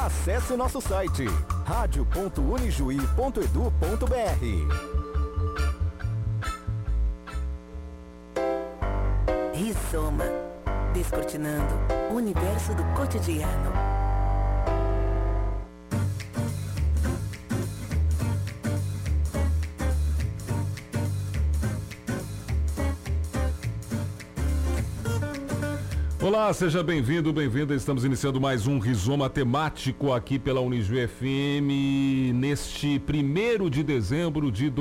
Acesse nosso site radio.unijuí.edu.br. Rizoma, descortinando o universo do cotidiano. Olá, seja bem-vindo, bem-vinda. Estamos iniciando mais um Rizoma temático aqui pela Unijuí FM neste 1º de dezembro de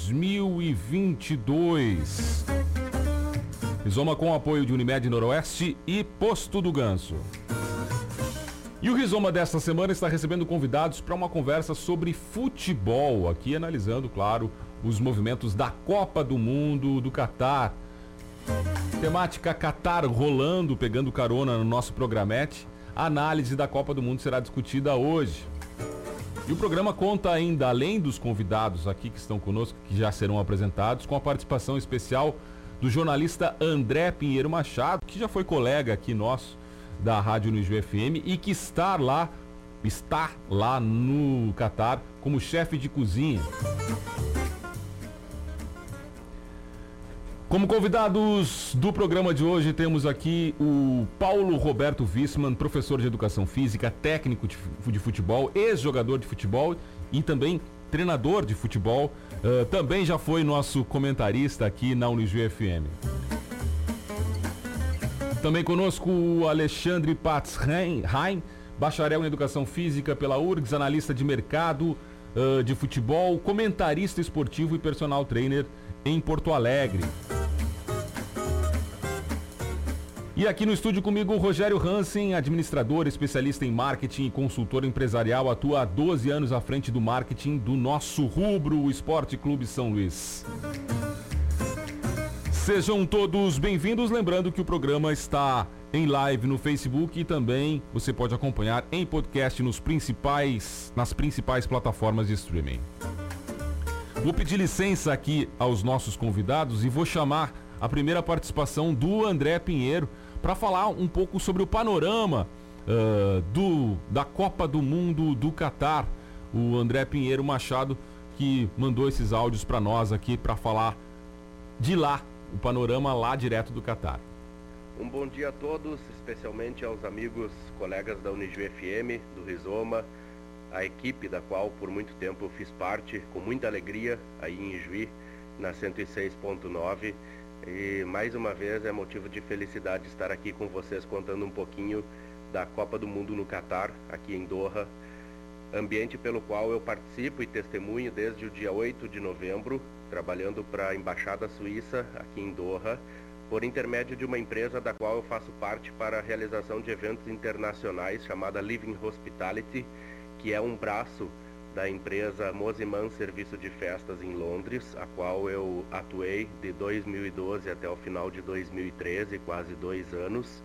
2022. Rizoma com o apoio de Unimed Noroeste e Posto do Ganso. E o Rizoma desta semana está recebendo convidados para uma conversa sobre futebol, aqui analisando, claro, os movimentos da Copa do Mundo do Catar. Temática Catar rolando, pegando carona no nosso programete. A análise da Copa do Mundo será discutida hoje. E o programa conta ainda, além dos convidados aqui que estão conosco, que já serão apresentados, com a participação especial do jornalista André Pinheiro Machado, que já foi colega aqui nosso da Rádio Unijuí FM e que está lá no Catar como chefe de cozinha. Como convidados do programa de hoje, temos aqui o Paulo Roberto Wissmann, professor de educação física, técnico de futebol, ex-jogador de futebol e também treinador de futebol. Também já foi nosso comentarista aqui na Unijuí FM. Também conosco o Alexandre Patzheim, bacharel em educação física pela URGS, analista de mercado de futebol, comentarista esportivo e personal trainer em Porto Alegre. E aqui no estúdio comigo o Rogério Hansen, administrador, especialista em marketing e consultor empresarial, atua há 12 anos à frente do marketing do nosso rubro, o Esporte Clube São Luís. Sejam todos bem-vindos, lembrando que o programa está em live no Facebook e também você pode acompanhar em podcast nas principais plataformas de streaming. Vou pedir licença aqui aos nossos convidados e vou chamar a primeira participação do André Pinheiro para falar um pouco sobre o panorama da Copa do Mundo do Catar. O André Pinheiro Machado que mandou esses áudios para nós aqui para falar de lá, o panorama lá direto do Catar. Um bom dia a todos, especialmente aos amigos, colegas da Unijuí FM, do Rizoma, a equipe da qual por muito tempo eu fiz parte, com muita alegria, aí em Juí, na 106.9. E mais uma vez é motivo de felicidade estar aqui com vocês contando um pouquinho da Copa do Mundo no Catar, aqui em Doha, ambiente pelo qual eu participo e testemunho desde o dia 8 de novembro, trabalhando para a Embaixada Suíça aqui em Doha, por intermédio de uma empresa da qual eu faço parte para a realização de eventos internacionais chamada Living Hospitality, que é um braço da empresa Mosiman Serviço de Festas em Londres, a qual eu atuei de 2012 até o final de 2013, quase 2 anos,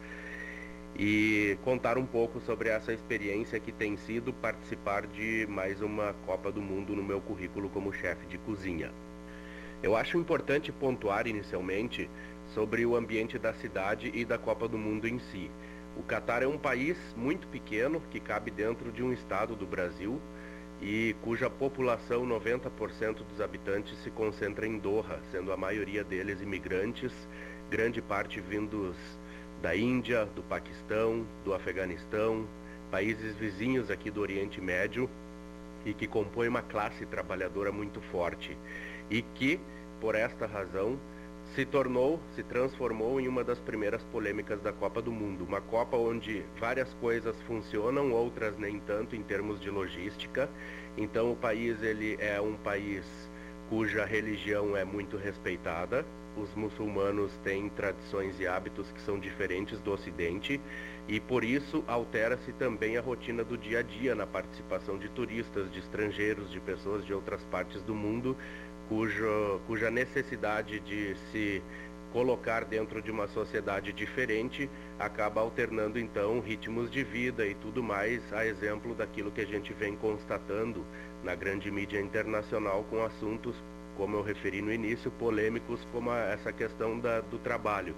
e contar um pouco sobre essa experiência que tem sido participar de mais uma Copa do Mundo no meu currículo como chefe de cozinha. Eu acho importante pontuar inicialmente sobre o ambiente da cidade e da Copa do Mundo em si. O Catar é um país muito pequeno que cabe dentro de um estado do Brasil e cuja população, 90% dos habitantes, se concentra em Doha, sendo a maioria deles imigrantes, grande parte vindos da Índia, do Paquistão, do Afeganistão, países vizinhos aqui do Oriente Médio, e que compõe uma classe trabalhadora muito forte e que, por esta razão, se transformou em uma das primeiras polêmicas da Copa do Mundo. Uma Copa onde várias coisas funcionam, outras nem tanto em termos de logística. Então o país ele é um país cuja religião é muito respeitada. Os muçulmanos têm tradições e hábitos que são diferentes do Ocidente e por isso altera-se também a rotina do dia a dia na participação de turistas, de estrangeiros, de pessoas de outras partes do mundo, cuja necessidade de se colocar dentro de uma sociedade diferente acaba alternando então ritmos de vida e tudo mais, a exemplo daquilo que a gente vem constatando na grande mídia internacional com assuntos, como eu referi no início, polêmicos como essa questão do trabalho.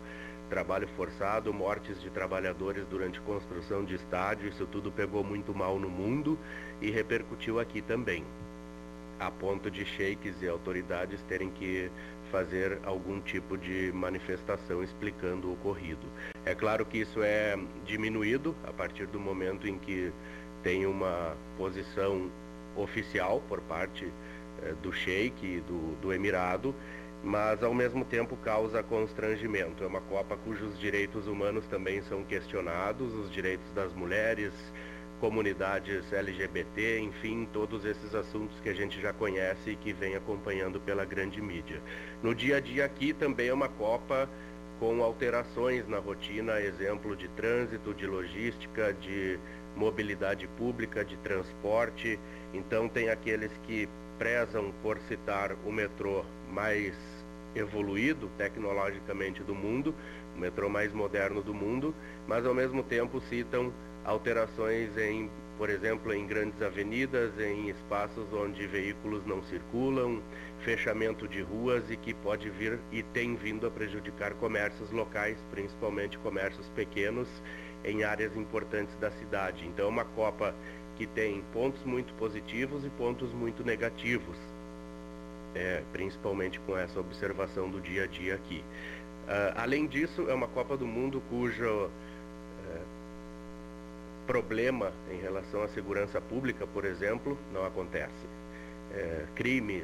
trabalho forçado, mortes de trabalhadores durante construção de estádio, isso tudo pegou muito mal no mundo e repercutiu aqui também, a ponto de sheiks e autoridades terem que fazer algum tipo de manifestação explicando o ocorrido. É claro que isso é diminuído a partir do momento em que tem uma posição oficial por parte do sheik e do Emirado, mas ao mesmo tempo causa constrangimento. É uma Copa cujos direitos humanos também são questionados, os direitos das mulheres, comunidades LGBT, enfim, todos esses assuntos que a gente já conhece e que vem acompanhando pela grande mídia. No dia a dia aqui também é uma Copa com alterações na rotina, exemplo de trânsito, de logística, de mobilidade pública, de transporte. Então tem aqueles que prezam por citar o metrô mais evoluído tecnologicamente do mundo, o metrô mais moderno do mundo, mas ao mesmo tempo citam alterações por exemplo, em grandes avenidas, em espaços onde veículos não circulam, fechamento de ruas e que pode vir e tem vindo a prejudicar comércios locais, principalmente comércios pequenos em áreas importantes da cidade. Então é uma Copa que tem pontos muito positivos e pontos muito negativos, principalmente com essa observação do dia a dia aqui. Além disso, é uma Copa do Mundo cujo problema em relação à segurança pública, por exemplo, não acontece. Crimes,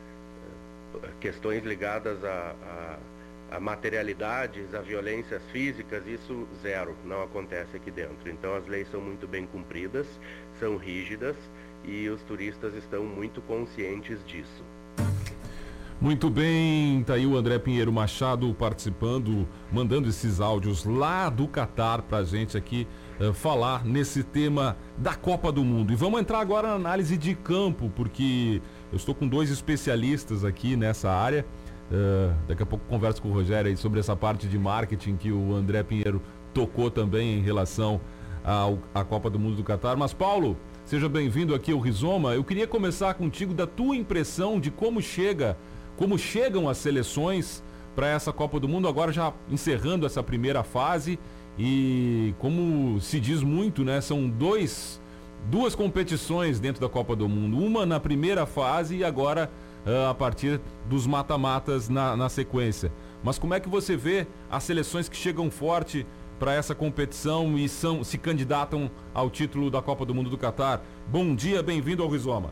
questões ligadas a materialidades, a violências físicas, isso zero, não acontece aqui dentro. Então as leis são muito bem cumpridas, são rígidas e os turistas estão muito conscientes disso. Muito bem, tá aí o André Pinheiro Machado participando, mandando esses áudios lá do Catar pra gente aqui falar nesse tema da Copa do Mundo. E vamos entrar agora na análise de campo, porque eu estou com 2 especialistas aqui nessa área. Daqui a pouco converso com o Rogério aí sobre essa parte de marketing que o André Pinheiro tocou também em relação à Copa do Mundo do Catar. Mas Paulo, seja bem-vindo aqui ao Rizoma. Eu queria começar contigo da tua impressão de como chegam as seleções para essa Copa do Mundo, agora já encerrando essa primeira fase, e como se diz muito, né, são duas competições dentro da Copa do Mundo, uma na primeira fase e agora a partir dos mata-matas na sequência. Mas como é que você vê as seleções que chegam forte para essa competição e se candidatam ao título da Copa do Mundo do Catar? Bom dia, bem-vindo ao Rizoma.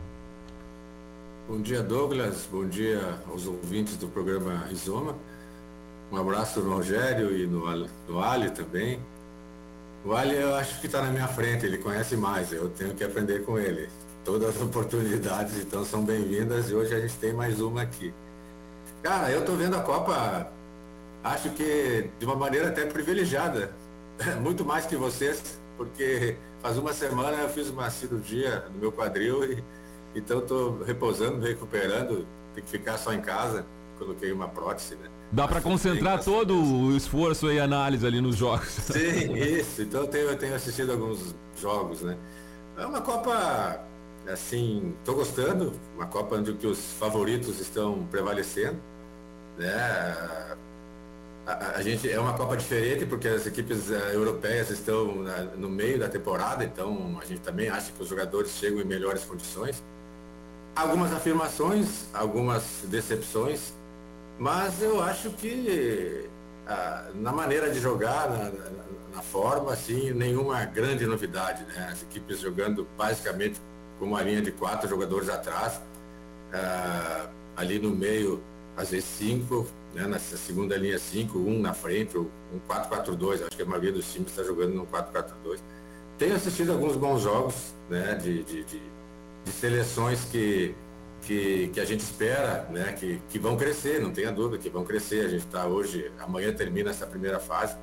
Bom dia, Douglas, bom dia aos ouvintes do programa Rizoma. Um abraço no Rogério e no Ali também. O Ali eu acho que está na minha frente, ele conhece mais, eu tenho que aprender com ele. Todas as oportunidades então são bem-vindas e hoje a gente tem mais uma aqui. Cara, eu estou vendo a Copa, acho que de uma maneira até privilegiada, muito mais que vocês, porque faz uma semana eu fiz uma cirurgia no meu quadril e então estou repousando, recuperando, tem que ficar só em casa, coloquei uma prótese, né? Dá para concentrar todo o esforço e análise ali nos jogos. Sim, isso. Então eu tenho assistido alguns jogos, né? É uma Copa, assim, estou gostando, uma Copa onde os favoritos estão prevalecendo, né? A gente é uma Copa diferente porque as equipes europeias estão no meio da temporada, então a gente também acha que os jogadores chegam em melhores condições. Algumas afirmações, algumas decepções, mas eu acho que na maneira de jogar, na forma, assim, nenhuma grande novidade, né? As equipes jogando basicamente com uma linha de 4 jogadores atrás, ali no meio, às vezes 5, né? Na segunda linha 5, um na frente, ou um 4-4-2, acho que a maioria dos times está jogando no 4-4-2. Tenho assistido alguns bons jogos, né? De seleções que a gente espera, né, que vão crescer, não tenha dúvida que vão crescer. A gente está hoje, amanhã termina essa primeira fase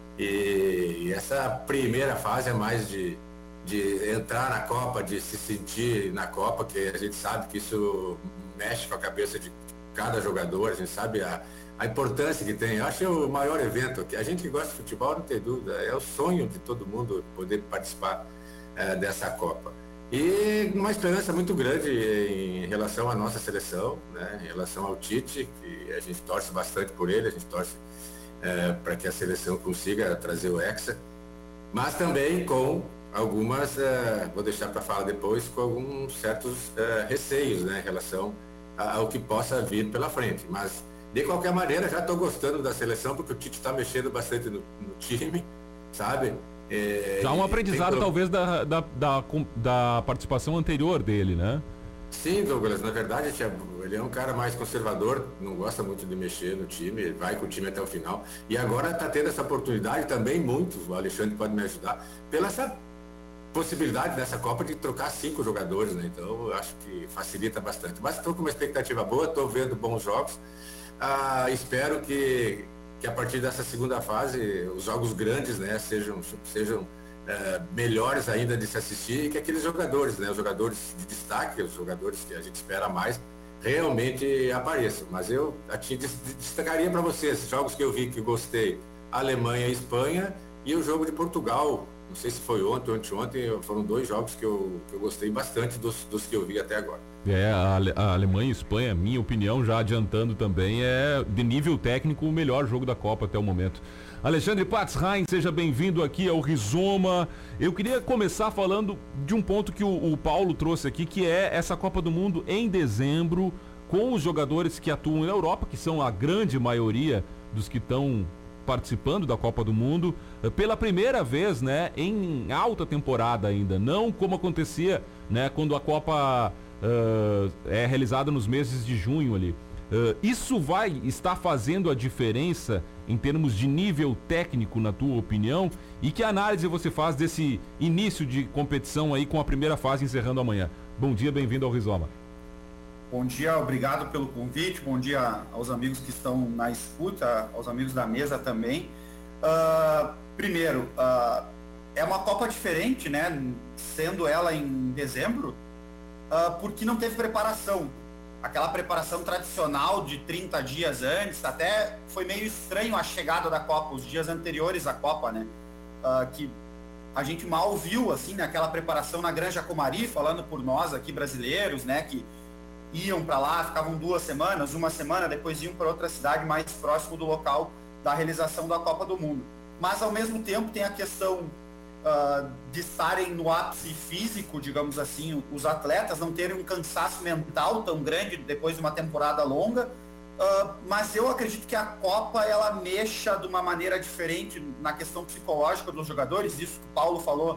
e essa primeira fase é mais de entrar na Copa, de se sentir na Copa, que a gente sabe que isso mexe com a cabeça de cada jogador, a gente sabe a importância que tem. Eu acho que é o maior evento, que a gente que gosta de futebol não tem dúvida, é o sonho de todo mundo poder participar dessa Copa. E uma esperança muito grande em relação à nossa seleção, né? Em relação ao Tite, que a gente torce bastante por ele, a gente torce para que a seleção consiga trazer o Hexa, mas também com algumas, vou deixar para falar depois, com alguns certos receios, né, em relação ao que possa vir pela frente. Mas, de qualquer maneira, já estou gostando da seleção, porque o Tite está mexendo bastante no time, sabe? Já um aprendizado, talvez, da participação anterior dele, né? Sim, Douglas, na verdade ele é um cara mais conservador, não gosta muito de mexer no time, vai com o time até o final. E agora está tendo essa oportunidade também, o Alexandre pode me ajudar, pela essa possibilidade dessa Copa de trocar 5 jogadores, né? Então eu acho que facilita bastante. Mas estou com uma expectativa boa, estou vendo bons jogos. Espero que a partir dessa segunda fase os jogos grandes, né, sejam melhores ainda de se assistir, e que aqueles jogadores, né, os jogadores de destaque, os jogadores que a gente espera mais, realmente apareçam. Mas eu destacaria para vocês jogos que eu vi que gostei: Alemanha e Espanha, e o jogo de Portugal. Não sei se foi ontem ou anteontem, foram 2 jogos que eu gostei bastante dos que eu vi até agora. A Alemanha e Espanha, minha opinião, já adiantando também, é de nível técnico o melhor jogo da Copa até o momento. Alexandre Patzrain, seja bem-vindo aqui ao Rizoma. Eu queria começar falando de um ponto que o Paulo trouxe aqui, que é essa Copa do Mundo em dezembro, com os jogadores que atuam na Europa, que são a grande maioria dos que estão participando da Copa do Mundo, pela primeira vez, né, em alta temporada ainda, não como acontecia, né, quando a Copa é realizada nos meses de junho ali. Isso vai estar fazendo a diferença em termos de nível técnico, na tua opinião? E que análise você faz desse início de competição aí, com a primeira fase encerrando amanhã? Bom dia, bem-vindo ao Rizoma. Bom dia, obrigado pelo convite, bom dia aos amigos que estão na escuta, aos amigos da mesa também. Primeiro, é uma Copa diferente, né, sendo ela em dezembro, porque não teve preparação. Aquela preparação tradicional de 30 dias antes, até foi meio estranho a chegada da Copa, os dias anteriores à Copa, né, que a gente mal viu, assim, naquela preparação na Granja Comari, falando por nós aqui brasileiros, né, que iam para lá, ficavam 2 semanas, uma semana, depois iam para outra cidade mais próximo do local da realização da Copa do Mundo. Mas, ao mesmo tempo, tem a questão de estarem no ápice físico, digamos assim, os atletas não terem um cansaço mental tão grande depois de uma temporada longa, mas eu acredito que a Copa, ela mexa de uma maneira diferente na questão psicológica dos jogadores, isso que o Paulo falou,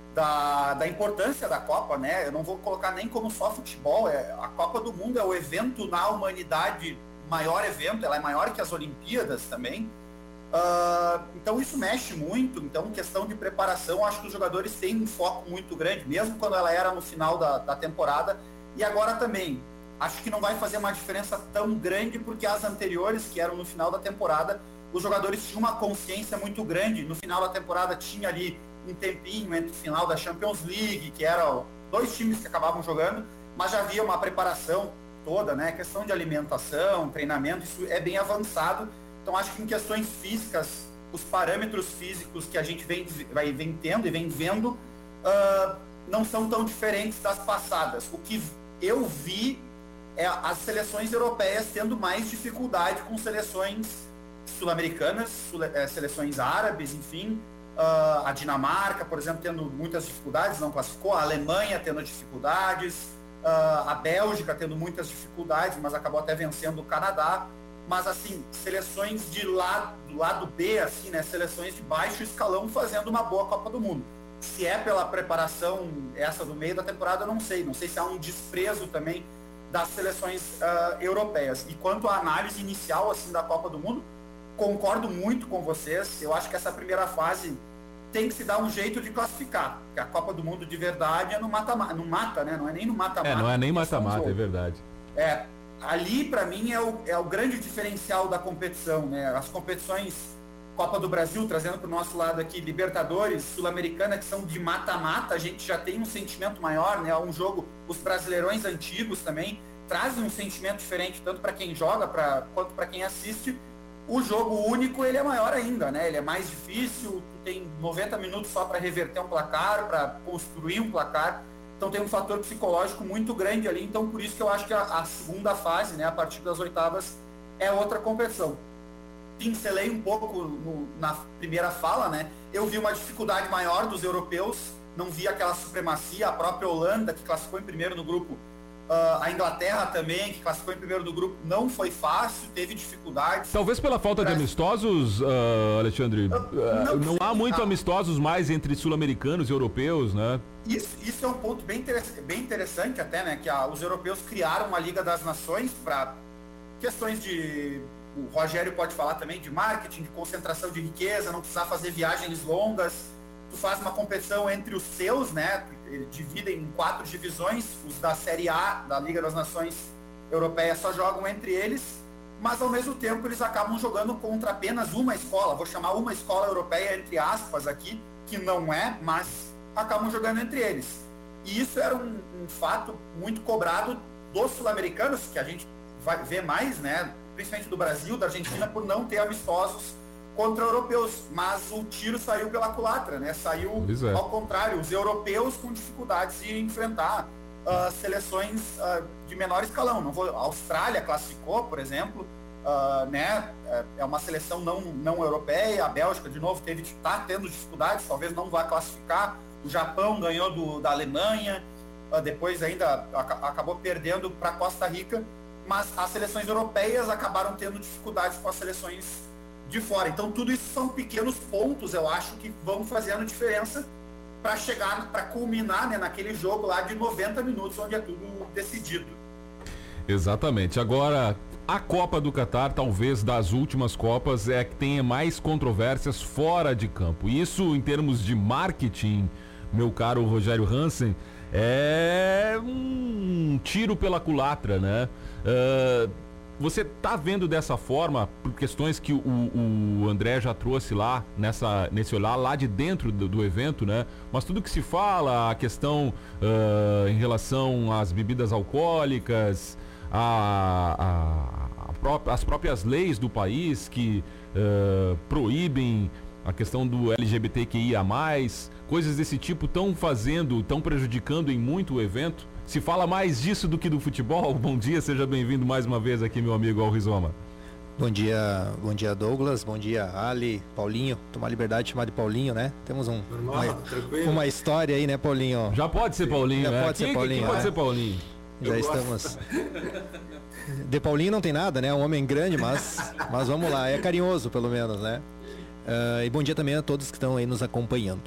da importância da Copa, né? Eu não vou colocar nem como só futebol, a Copa do Mundo é o evento na humanidade, maior evento, ela é maior que as Olimpíadas também, então isso mexe muito. Então, questão de preparação, acho que os jogadores têm um foco muito grande, mesmo quando ela era no final da temporada, e agora também. Acho que não vai fazer uma diferença tão grande, porque as anteriores, que eram no final da temporada, os jogadores tinham uma consciência muito grande. No final da temporada tinha ali um tempinho entre o final da Champions League, que eram 2 times que acabavam jogando, mas já havia uma preparação toda, né? Questão de alimentação, treinamento, isso é bem avançado. Então acho que em questões físicas, os parâmetros físicos que a gente vem tendo e vem vendo não são tão diferentes das passadas. O que eu vi é as seleções europeias tendo mais dificuldade com seleções sul-americanas, seleções árabes, enfim. A Dinamarca, por exemplo, tendo muitas dificuldades, não classificou. A Alemanha tendo dificuldades. A Bélgica tendo muitas dificuldades, mas acabou até vencendo o Canadá. Mas, assim, seleções do lado B, assim, né, seleções de baixo escalão fazendo uma boa Copa do Mundo. Se é pela preparação essa do meio da temporada, eu não sei. Não sei se há um desprezo também das seleções europeias. E quanto à análise inicial, assim, da Copa do Mundo, concordo muito com vocês. Eu acho que essa primeira fase tem que se dar um jeito de classificar. Porque a Copa do Mundo de verdade é no mata-mata, né? Não é nem no mata-mata. Não é nem mata-mata, é verdade. Ali, para mim, é o grande diferencial da competição, né? As competições Copa do Brasil, trazendo para o nosso lado aqui, Libertadores, Sul-Americana, que são de mata-mata, a gente já tem um sentimento maior, né? Um jogo, os brasileirões antigos também trazem um sentimento diferente, tanto para quem joga quanto para quem assiste. O jogo único, ele é maior ainda, né? Ele é mais difícil, tu tem 90 minutos só para reverter um placar, para construir um placar. Então tem um fator psicológico muito grande ali. Então por isso que eu acho que a segunda fase, né, a partir das oitavas, é outra competição. pincelei um pouco na primeira fala, né? Eu vi uma dificuldade maior dos europeus, não vi aquela supremacia, a própria Holanda, que classificou em primeiro no grupo, a Inglaterra também, que classificou em primeiro no grupo, não foi fácil, teve dificuldades. Talvez pela falta de amistosos, Alexandre, não há muito amistosos mais entre sul-americanos e europeus, né? Isso é um ponto bem interessante até, né? Que os europeus criaram uma Liga das Nações para questões de... O Rogério pode falar também de marketing, de concentração de riqueza, não precisar fazer viagens longas. Tu faz uma competição entre os seus, né? Dividem em 4 divisões. Os da Série A, da Liga das Nações Europeias, só jogam entre eles, mas ao mesmo tempo eles acabam jogando contra apenas uma escola. Vou chamar uma escola europeia, entre aspas, aqui, que não é, mas acabam jogando entre eles. E isso era um fato muito cobrado dos sul-americanos, que a gente vai ver mais, né? Principalmente do Brasil, da Argentina, por não ter amistosos contra europeus, mas o tiro saiu pela culatra, né? Saiu ao contrário, os europeus com dificuldades de enfrentar seleções de menor escalão. A Austrália classificou, por exemplo, né? É uma seleção não europeia. A Bélgica, de novo, está tendo dificuldades, talvez não vá classificar. O Japão ganhou da Alemanha, depois ainda acabou perdendo para Costa Rica. Mas as seleções europeias acabaram tendo dificuldades com as seleções de fora. Então tudo isso são pequenos pontos, eu acho, que vão fazendo diferença para chegar, para culminar, né, naquele jogo lá de 90 minutos, onde é tudo decidido. Exatamente. Agora, a Copa do Catar, talvez das últimas Copas, é a que tenha mais controvérsias fora de campo. Isso, em termos de marketing, meu caro Rogério Hansen, é um tiro pela culatra, né? Você tá vendo dessa forma, por questões que o André já trouxe lá, nesse olhar lá de dentro do evento, né? Mas tudo que se fala, a questão em relação às bebidas alcoólicas, as próprias leis do país que proíbem a questão do LGBTQIA+, coisas desse tipo estão prejudicando em muito o evento. Se fala mais disso do que do futebol. Bom dia, seja bem-vindo mais uma vez aqui, meu amigo ao Rizoma. Bom dia Douglas, bom dia Ali, Paulinho, tomar liberdade de chamar de Paulinho, né? Temos uma história aí, né, Paulinho? Já pode ser Paulinho, já pode ser Paulinho. Pode ser Paulinho. Já estamos... De Paulinho não tem nada, né? Um homem grande, mas vamos lá, é carinhoso pelo menos, né? E bom dia também a todos que estão aí nos acompanhando.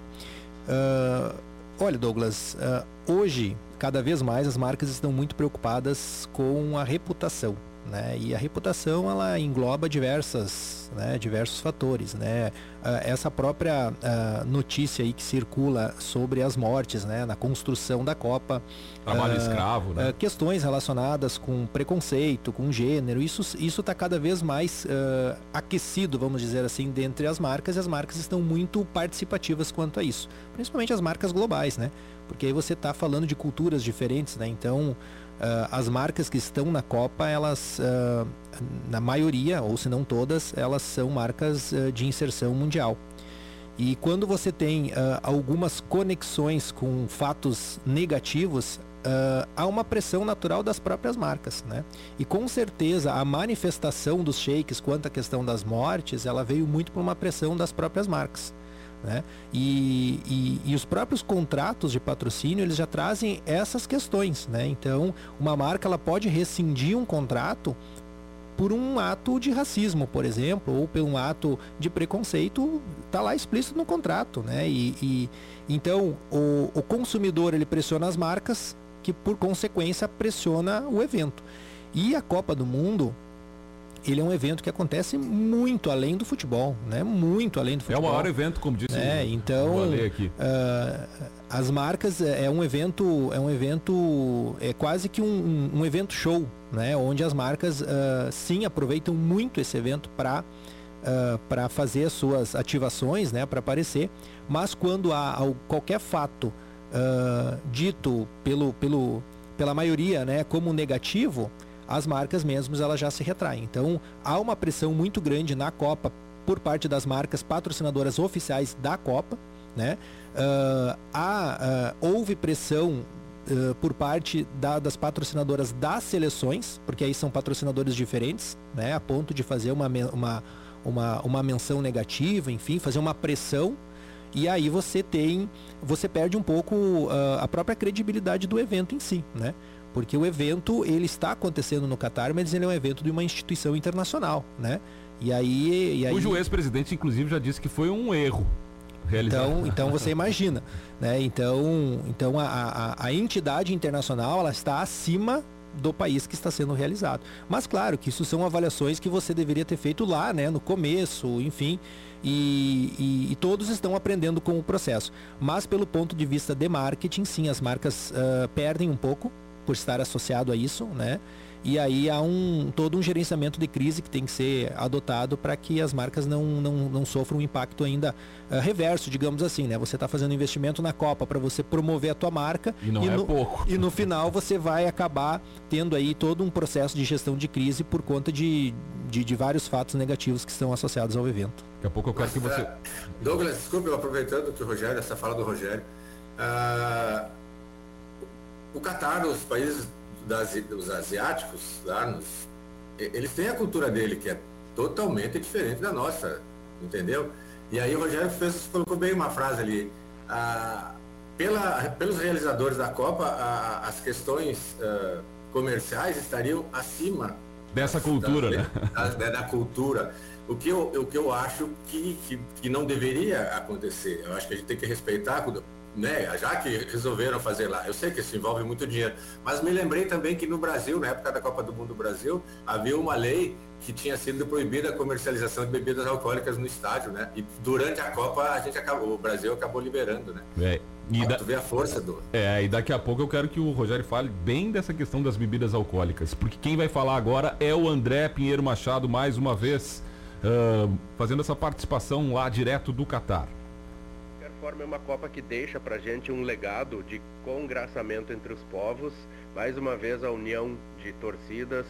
Olha, Douglas, hoje, cada vez mais as marcas estão muito preocupadas com a reputação, né? E a reputação, ela engloba diversos fatores, né? Essa própria notícia aí que circula sobre as mortes, né? Na construção da Copa. Trabalho escravo, né? Questões relacionadas com preconceito, com gênero, isso está cada vez mais aquecido, vamos dizer assim, dentre as marcas, e as marcas estão muito participativas quanto a isso. Principalmente as marcas globais, né? Porque aí você está falando de culturas diferentes, né? Então, as marcas que estão na Copa, elas, na maioria, ou se não todas, elas são marcas de inserção mundial. E quando você tem algumas conexões com fatos negativos, há uma pressão natural das próprias marcas, né? E com certeza a manifestação dos sheiks quanto à questão das mortes, ela veio muito por uma pressão das próprias marcas, né? E os próprios contratos de patrocínio, eles já trazem essas questões, né? Então, uma marca, ela pode rescindir um contrato por um ato de racismo, por exemplo, ou por um ato de preconceito, está lá explícito no contrato, né? Então, o consumidor, ele pressiona as marcas, que por consequência pressiona o evento. E a Copa do Mundo, ele é um evento que acontece muito além do futebol, né? Muito além do futebol. É o maior evento, como disse então, aqui. As marcas é quase que um evento show, né? Onde as marcas sim aproveitam muito esse evento para fazer as suas ativações, né? Para aparecer, mas quando há qualquer fato dito pela maioria, né, como negativo, as marcas mesmas, elas já se retraem. Então, há uma pressão muito grande na Copa por parte das marcas patrocinadoras oficiais da Copa, né? Houve pressão por parte das patrocinadoras das seleções, porque aí são patrocinadores diferentes, né? A ponto de fazer uma menção negativa, enfim, fazer uma pressão, e aí você perde um pouco a própria credibilidade do evento em si, né? Porque o evento, ele está acontecendo no Catar, mas ele é um evento de uma instituição internacional, né? E aí... Cujo ex-presidente, inclusive, já disse que foi um erro realizar. Então você imagina, né? Então a entidade internacional, ela está acima do país que está sendo realizado. Mas claro que isso são avaliações que você deveria ter feito lá, né? No começo, enfim, e todos estão aprendendo com o processo. Mas pelo ponto de vista de marketing, sim, as marcas perdem um pouco por estar associado a isso, né? E aí há todo um gerenciamento de crise que tem que ser adotado para que as marcas não sofram um impacto ainda reverso, digamos assim, né? Você está fazendo investimento na Copa para você promover a tua marca pouco. E no final você vai acabar tendo aí todo um processo de gestão de crise por conta de vários fatos negativos que estão associados ao evento. Daqui a pouco eu quero que você... Douglas, desculpe, eu aproveitando que o Rogério, essa fala do Rogério, o Catar, os países dos asiáticos, lá eles têm a cultura dele, que é totalmente diferente da nossa, entendeu? E aí o Rogério colocou bem uma frase ali, pelos realizadores da Copa, as questões comerciais estariam acima dessa cultura, né? Da cultura. O que eu acho que não deveria acontecer. Eu acho que a gente tem que respeitar, né, já que resolveram fazer lá. Eu sei que isso envolve muito dinheiro, mas me lembrei também que no Brasil, na época da Copa do Mundo do Brasil, havia uma lei que tinha sido proibida a comercialização de bebidas alcoólicas no estádio, né? E durante a Copa o Brasil acabou liberando, né? Tu vê a força do... E daqui a pouco eu quero que o Rogério fale bem dessa questão das bebidas alcoólicas, porque quem vai falar agora é o André Pinheiro Machado, mais uma vez, fazendo essa participação lá direto do Catar. É uma Copa que deixa pra gente um legado de congraçamento entre os povos, mais uma vez a união de torcidas,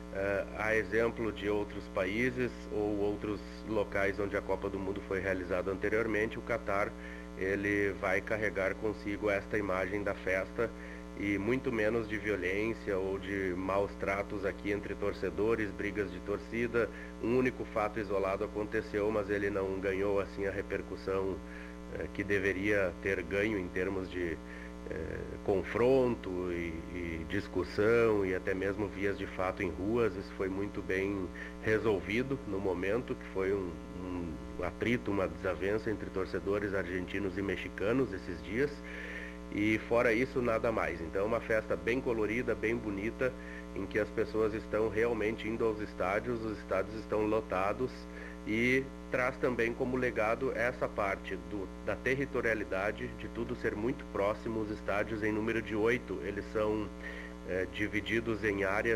a exemplo de outros países ou outros locais onde a Copa do Mundo foi realizada anteriormente. O Catar, ele vai carregar consigo esta imagem da festa e muito menos de violência ou de maus tratos aqui entre torcedores, brigas de torcida. Um único fato isolado aconteceu, mas ele não ganhou assim a repercussão que deveria ter ganho em termos de confronto e discussão e até mesmo vias de fato em ruas. Isso foi muito bem resolvido no momento, que foi um atrito, uma desavença entre torcedores argentinos e mexicanos esses dias, e fora isso nada mais. Então é uma festa bem colorida, bem bonita, em que as pessoas estão realmente indo aos estádios, os estádios estão lotados, e traz também como legado essa parte da territorialidade, de tudo ser muito próximo. Os estádios, em número de 8, eles são divididos em áreas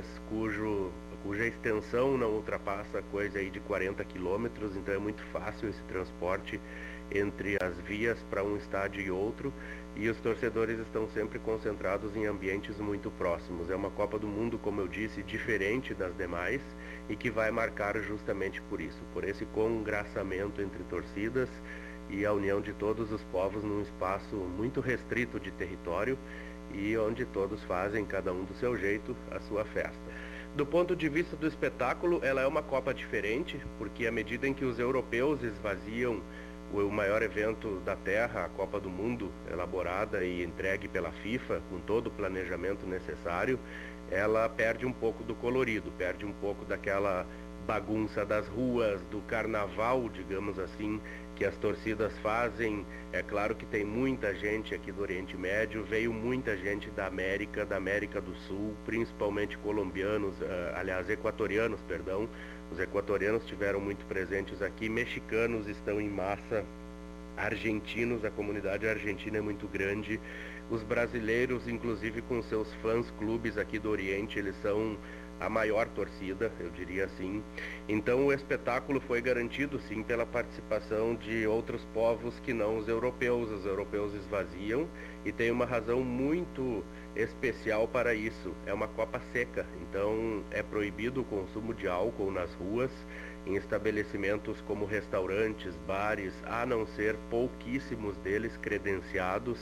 cuja extensão não ultrapassa coisa aí de 40 quilômetros, então é muito fácil esse transporte entre as vias para um estádio e outro, e os torcedores estão sempre concentrados em ambientes muito próximos. É uma Copa do Mundo, como eu disse, diferente das demais, e que vai marcar justamente por isso, por esse congraçamento entre torcidas e a união de todos os povos num espaço muito restrito de território, e onde todos fazem, cada um do seu jeito, a sua festa. Do ponto de vista do espetáculo, ela é uma Copa diferente, porque à medida em que os europeus esvaziam o maior evento da Terra, a Copa do Mundo, elaborada e entregue pela FIFA, com todo o planejamento necessário, ela perde um pouco do colorido, perde um pouco daquela bagunça das ruas, do carnaval, digamos assim, que as torcidas fazem. É claro que tem muita gente aqui do Oriente Médio, veio muita gente da América do Sul, principalmente colombianos, equatorianos, perdão. Os equatorianos estiveram muito presentes aqui, mexicanos estão em massa, argentinos, a comunidade argentina é muito grande, os brasileiros, inclusive com seus fãs-clubes aqui do Oriente, eles são a maior torcida, eu diria assim. Então o espetáculo foi garantido sim pela participação de outros povos que não os europeus. Os europeus esvaziam, e tem uma razão muito especial para isso: é uma Copa seca, então é proibido o consumo de álcool nas ruas, em estabelecimentos como restaurantes, bares, a não ser pouquíssimos deles credenciados,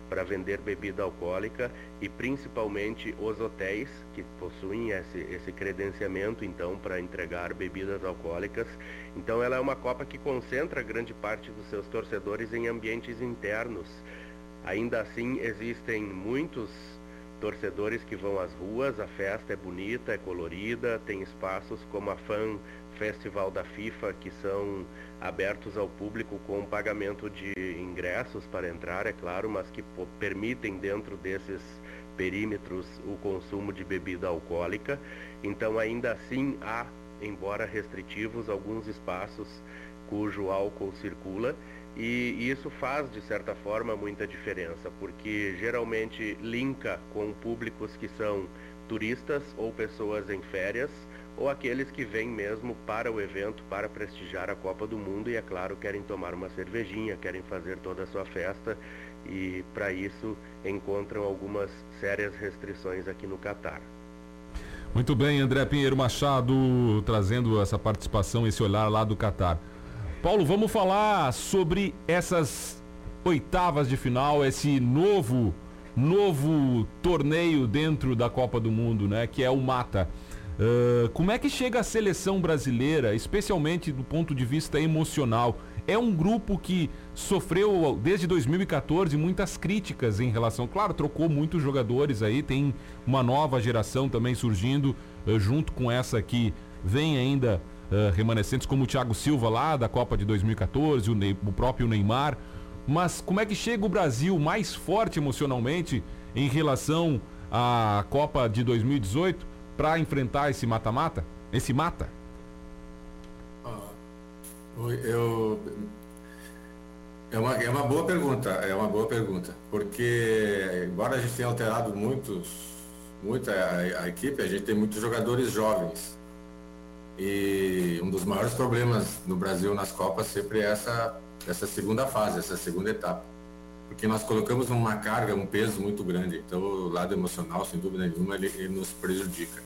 para vender bebida alcoólica e principalmente os hotéis que possuem esse credenciamento então para entregar bebidas alcoólicas. Então ela é uma Copa que concentra grande parte dos seus torcedores em ambientes internos. Ainda assim existem muitos torcedores que vão às ruas, a festa é bonita, é colorida, tem espaços como a Fan Festival da FIFA que são abertos ao público com pagamento de ingressos para entrar, é claro, mas que permitem dentro desses perímetros o consumo de bebida alcoólica. Então ainda assim há, embora restritivos, alguns espaços cujo álcool circula. E isso faz, de certa forma, muita diferença, porque geralmente linka com públicos que são turistas ou pessoas em férias, ou aqueles que vêm mesmo para o evento, para prestigiar a Copa do Mundo e, é claro, querem tomar uma cervejinha, querem fazer toda a sua festa e, para isso, encontram algumas sérias restrições aqui no Catar. Muito bem, André Pinheiro Machado, trazendo essa participação, esse olhar lá do Catar. Paulo, vamos falar sobre essas oitavas de final, esse novo torneio dentro da Copa do Mundo, né, que é o Mata. Como é que chega a seleção brasileira, especialmente do ponto de vista emocional? É um grupo que sofreu desde 2014 muitas críticas em relação, claro, trocou muitos jogadores aí, tem uma nova geração também surgindo junto com essa que vem ainda remanescentes, como o Thiago Silva lá da Copa de 2014, o próprio Neymar. Mas como é que chega o Brasil mais forte emocionalmente em relação à Copa de 2018 para enfrentar esse mata-mata? Esse mata? É uma boa pergunta, porque embora a gente tenha alterado muito a equipe, a gente tem muitos jogadores jovens. E um dos maiores problemas no Brasil nas Copas sempre é essa segunda fase, essa segunda etapa. Porque nós colocamos uma carga, um peso muito grande. Então o lado emocional, sem dúvida nenhuma, ele nos prejudica.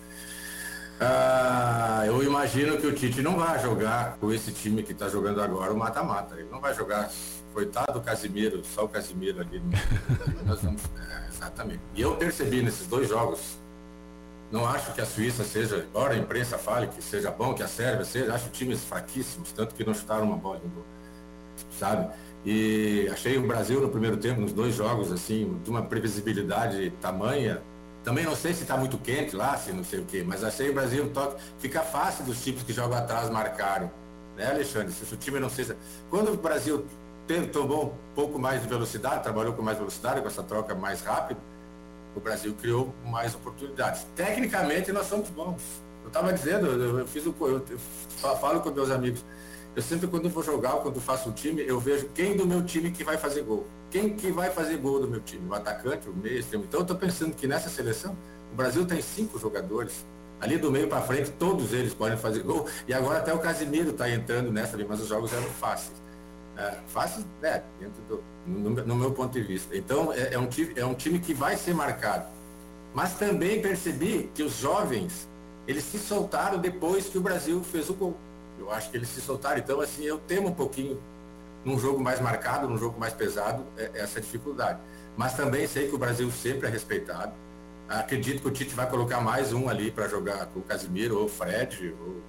Eu imagino que o Tite não vai jogar com esse time que está jogando agora o mata-mata. Ele não vai jogar, coitado do Casimiro, só o Casimiro ali. Exatamente. E eu percebi nesses dois jogos, não acho que a Suíça seja, embora a imprensa fale que seja bom, que a Sérvia seja, acho times fraquíssimos, tanto que não chutaram uma bola no gol, sabe? E achei o Brasil no primeiro tempo, nos dois jogos, assim, de uma previsibilidade tamanha. Também não sei se está muito quente lá, se não sei o quê, mas achei o Brasil um toque, fica fácil dos times que jogam atrás marcarem, né, Alexandre? Se o time não seja... Quando o Brasil tomou um pouco mais de velocidade, trabalhou com mais velocidade, com essa troca mais rápida, o Brasil criou mais oportunidades. Tecnicamente nós somos bons. Eu estava dizendo, eu falo com meus amigos, eu sempre quando vou jogar, quando faço um time, eu vejo quem do meu time que vai fazer gol. Quem que vai fazer gol do meu time? O atacante, o meio, extremo. Então eu estou pensando que nessa seleção, o Brasil tem 5 jogadores, ali do meio para frente, todos eles podem fazer gol, e agora até o Casimiro está entrando nessa ali, mas os jogos eram fáceis. Fácil, dentro no meu ponto de vista. Então, é um time que vai ser marcado. Mas também percebi que os jovens, eles se soltaram depois que o Brasil fez o gol. Eu acho que eles se soltaram. Então, assim, eu temo um pouquinho, num jogo mais marcado, num jogo mais pesado, essa dificuldade. Mas também sei que o Brasil sempre é respeitado. Acredito que o Tite vai colocar mais um ali para jogar com o Casimiro, ou o Fred, ou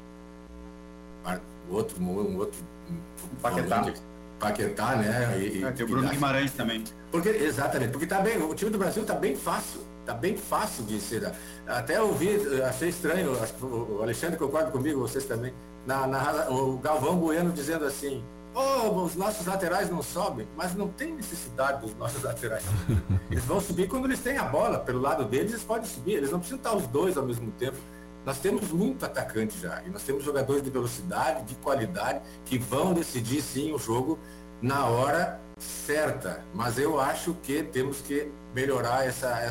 um outro Paquetá, né? Tem o Bruno Guimarães também. Exatamente, porque tá bem, o time do Brasil tá bem fácil de ser. Até achei estranho, acho que o Alexandre concorda comigo, vocês também, o Galvão Bueno dizendo assim, os nossos laterais não sobem, mas não tem necessidade dos nossos laterais. Eles vão subir quando eles têm a bola, pelo lado deles eles podem subir, eles não precisam estar os dois ao mesmo tempo. Nós temos muito atacante já, e nós temos jogadores de velocidade, de qualidade, que vão decidir sim o jogo na hora certa. Mas eu acho que temos que melhorar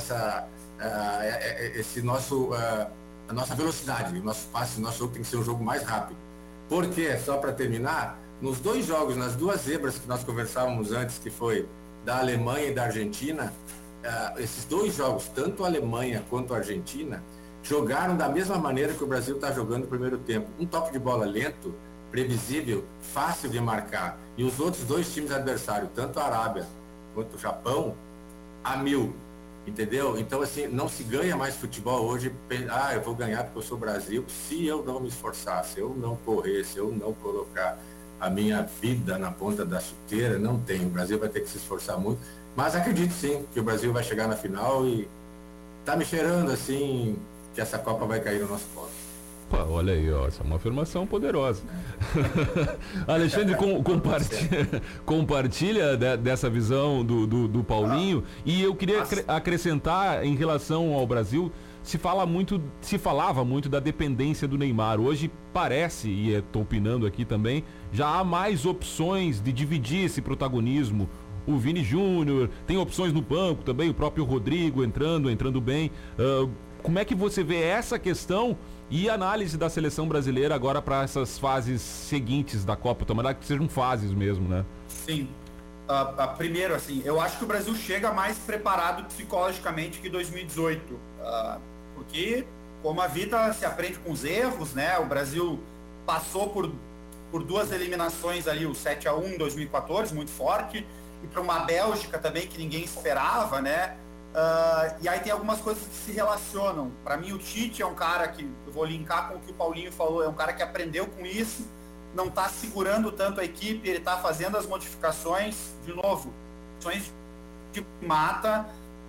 a nossa velocidade, o nosso passe, o nosso jogo tem que ser um jogo mais rápido. Porque, só para terminar, nos dois jogos, nas duas zebras que nós conversávamos antes, que foi da Alemanha e da Argentina, esses dois jogos, tanto a Alemanha quanto a Argentina, jogaram da mesma maneira que o Brasil está jogando no primeiro tempo. Um toque de bola lento, previsível, fácil de marcar. E os outros dois times adversários, tanto a Arábia quanto o Japão, a 1000, entendeu? Então, assim, não se ganha mais futebol hoje, eu vou ganhar porque eu sou Brasil, se eu não me esforçar, se eu não correr, se eu não colocar a minha vida na ponta da chuteira, não tem. O Brasil vai ter que se esforçar muito, mas acredito sim que o Brasil vai chegar na final e tá me cheirando assim que essa Copa vai cair no nosso colo. Pô, olha aí, ó, essa é uma afirmação poderosa. Alexandre, compartilha dessa visão do Paulinho, e eu queria acrescentar em relação ao Brasil, se falava muito da dependência do Neymar. Hoje parece, e estou opinando aqui também, já há mais opções de dividir esse protagonismo. O Vini Júnior, tem opções no banco também, o próprio Rodrigo entrando bem. Como é que você vê essa questão e análise da seleção brasileira agora para essas fases seguintes da Copa? Tomara que sejam fases mesmo, né? Sim. Primeiro, assim, eu acho que o Brasil chega mais preparado psicologicamente que 2018. Porque, como a vida se aprende com os erros, né? O Brasil passou por duas eliminações ali, o 7-1 em 2014, muito forte, e para uma Bélgica também que ninguém esperava, né? E aí tem algumas coisas que se relacionam. Para mim, o Tite é um cara que, eu vou linkar com o que o Paulinho falou, é um cara que aprendeu com isso, não está segurando tanto a equipe, ele está fazendo as modificações, de novo, ações de mata.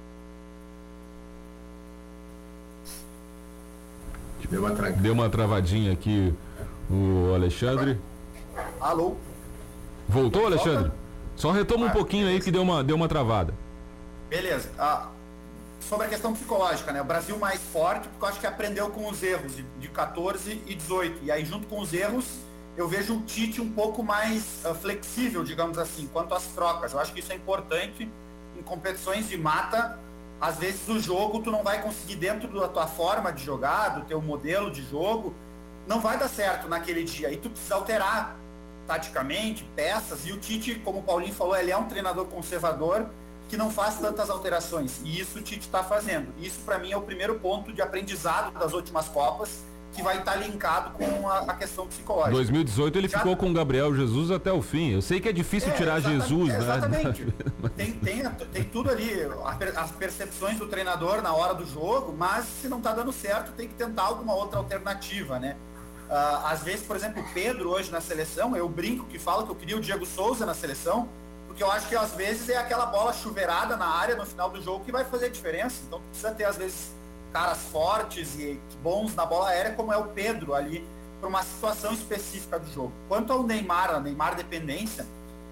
Deu uma travadinha aqui o Alexandre. Alô? Voltou, Alexandre? Só retoma um pouquinho aí que deu uma travada. Beleza. Sobre a questão psicológica, né? O Brasil mais forte, porque eu acho que aprendeu com os erros de 14 e 18. E aí, junto com os erros, eu vejo o Tite um pouco mais flexível, digamos assim, quanto às trocas. Eu acho que isso é importante em competições de mata. Às vezes o jogo tu não vai conseguir, dentro da tua forma de jogar, do teu modelo de jogo, não vai dar certo naquele dia. E tu precisa alterar taticamente, peças. E o Tite, como o Paulinho falou, ele é um treinador conservador que não faz tantas alterações. E isso o Tite está fazendo. Isso, para mim, é o primeiro ponto de aprendizado das últimas Copas, que vai estar linkado com a questão psicológica. 2018 ele ficou com o Gabriel Jesus até o fim. Eu sei que é difícil tirar Jesus, né? Exatamente. Tem tudo ali, as percepções do treinador na hora do jogo, mas se não está dando certo, tem que tentar alguma outra alternativa, né? Às vezes, por exemplo, o Pedro hoje na seleção, eu brinco que falo que eu queria o Diego Souza na seleção, porque eu acho que às vezes é aquela bola chuveirada na área no final do jogo que vai fazer a diferença. Então precisa ter, às vezes, caras fortes e bons na bola aérea, como é o Pedro ali, para uma situação específica do jogo. Quanto ao Neymar, a Neymar dependência,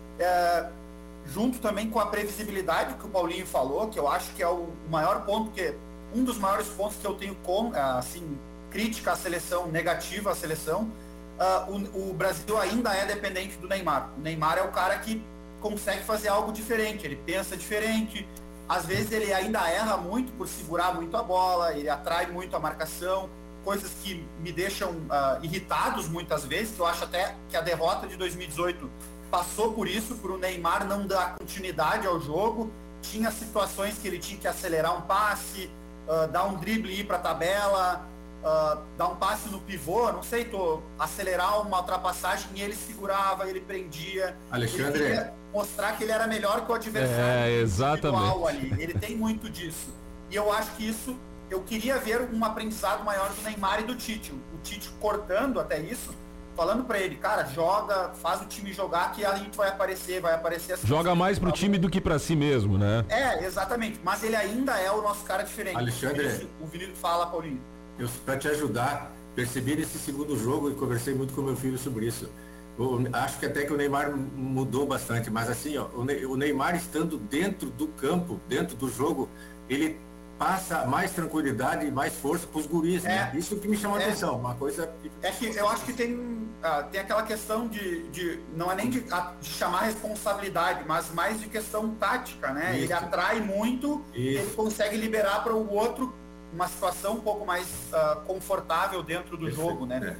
junto também com a previsibilidade que o Paulinho falou, que eu acho que é o maior ponto, que um dos maiores pontos que eu tenho crítica à seleção, negativa à seleção, o Brasil ainda é dependente do Neymar. O Neymar é o cara que consegue fazer algo diferente, ele pensa diferente, às vezes ele ainda erra muito por segurar muito a bola, ele atrai muito a marcação, coisas que me deixam irritados muitas vezes, que eu acho até que a derrota de 2018 passou por isso, por o Neymar não dar continuidade ao jogo, tinha situações que ele tinha que acelerar um passe, dar um drible e ir para a tabela, dar um passe no pivô, não sei, acelerar uma ultrapassagem e ele segurava, ele prendia. Alexandre, ele queria mostrar que ele era melhor que o adversário. Exatamente. Ali. Ele tem muito disso. E eu acho que isso, eu queria ver um aprendizado maior do Neymar e do Tite. O Tite cortando até isso, falando pra ele, cara, joga, faz o time jogar que a gente vai aparecer assim. Joga mais pro time do que pra si mesmo, né? Exatamente. Mas ele ainda é o nosso cara diferente. Alexandre, o Vinícius fala, Paulinho. Para te ajudar, percebi nesse segundo jogo e conversei muito com meu filho sobre isso. Acho que até que o Neymar mudou bastante, mas assim, ó, o Neymar estando dentro do campo, dentro do jogo, ele passa mais tranquilidade e mais força para os guris, né? Isso que me chamou a atenção, uma coisa... É que eu acho que tem aquela questão de não é nem de chamar responsabilidade, mas mais de questão tática, né? Isso. Ele atrai muito, ele consegue liberar para o outro uma situação um pouco mais confortável dentro do jogo, né?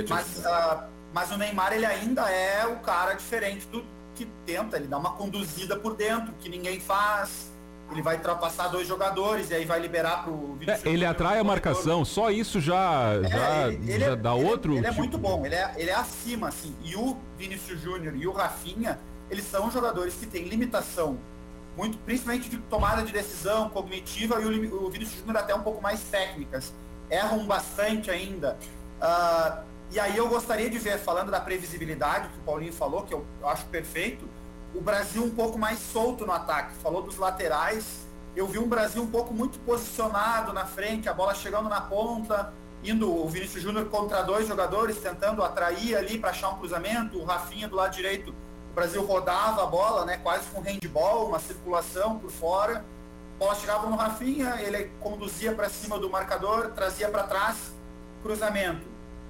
Mas o Neymar, ele ainda é o cara diferente do que tenta, ele dá uma conduzida por dentro, que ninguém faz, ele vai ultrapassar dois jogadores e aí vai liberar pro Vinícius. Ele atrai a marcação, só isso já dá outro Ele tipo. É muito bom, ele é acima, assim, e o Vinícius Júnior e o Rafinha, eles são jogadores que têm limitação muito, principalmente de tomada de decisão cognitiva, e o Vinícius Júnior até um pouco mais técnicas. Erram bastante ainda. E aí eu gostaria de ver, falando da previsibilidade que o Paulinho falou, que eu acho perfeito, o Brasil um pouco mais solto no ataque. Falou dos laterais, eu vi um Brasil um pouco muito posicionado na frente, a bola chegando na ponta, indo o Vinícius Júnior contra 2 jogadores, tentando atrair ali para achar um cruzamento, o Rafinha do lado direito, o Brasil rodava a bola, né, quase com handball, uma circulação por fora, a bola chegava no Rafinha, ele conduzia para cima do marcador, trazia para trás, cruzamento,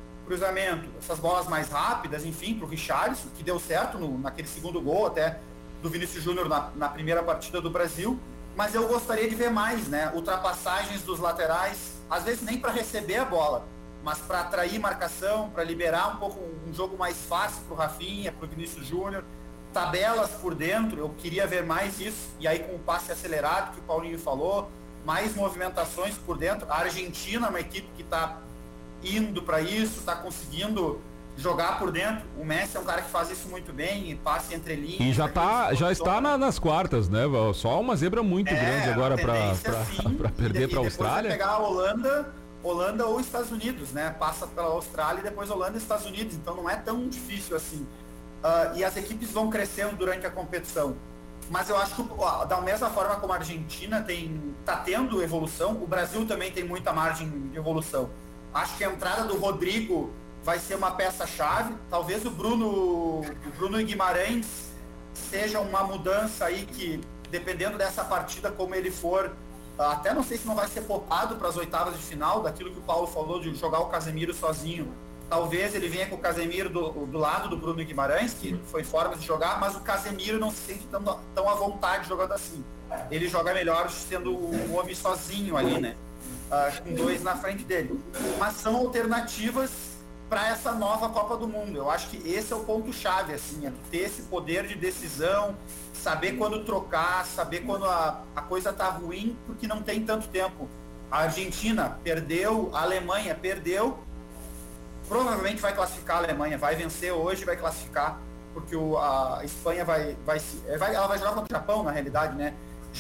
essas bolas mais rápidas, enfim, para o Richarlison, que deu certo naquele segundo gol até do Vinícius Júnior na primeira partida do Brasil, mas eu gostaria de ver mais, né, ultrapassagens dos laterais, às vezes nem para receber a bola, mas para atrair marcação, para liberar um pouco um jogo mais fácil para o Rafinha, para o Vinícius Júnior, tabelas por dentro, eu queria ver mais isso, e aí com o passe acelerado que o Paulinho falou, mais movimentações por dentro. A Argentina é uma equipe que está indo para isso, está conseguindo jogar por dentro. O Messi é um cara que faz isso muito bem, passe entre linhas. E já está nas quartas, né? Só uma zebra muito grande agora para perder para a Austrália. Vai pegar a Holanda ou Estados Unidos, né? Passa pela Austrália e depois Holanda e Estados Unidos, então não é tão difícil assim. E as equipes vão crescendo durante a competição. Mas eu acho que da mesma forma como a Argentina está tendo evolução, o Brasil também tem muita margem de evolução. Acho que a entrada do Rodrigo vai ser uma peça-chave. Talvez o Bruno Guimarães seja uma mudança aí que, dependendo dessa partida, como ele for, até não sei se não vai ser poupado para as oitavas de final, daquilo que o Paulo falou de jogar o Casemiro sozinho. Talvez ele venha com o Casemiro do lado do Bruno Guimarães, que foi forma de jogar, mas o Casemiro não se sente tão à vontade jogando assim. Ele joga melhor sendo o homem sozinho ali, né? Com 2 na frente dele. Mas são alternativas para essa nova Copa do Mundo. Eu acho que esse é o ponto-chave, assim, é ter esse poder de decisão, saber quando trocar, saber quando a coisa tá ruim, porque não tem tanto tempo. A Argentina perdeu, a Alemanha perdeu, provavelmente vai classificar a Alemanha, vai vencer hoje, vai classificar, porque a Espanha ela vai jogar contra o Japão, na realidade, né?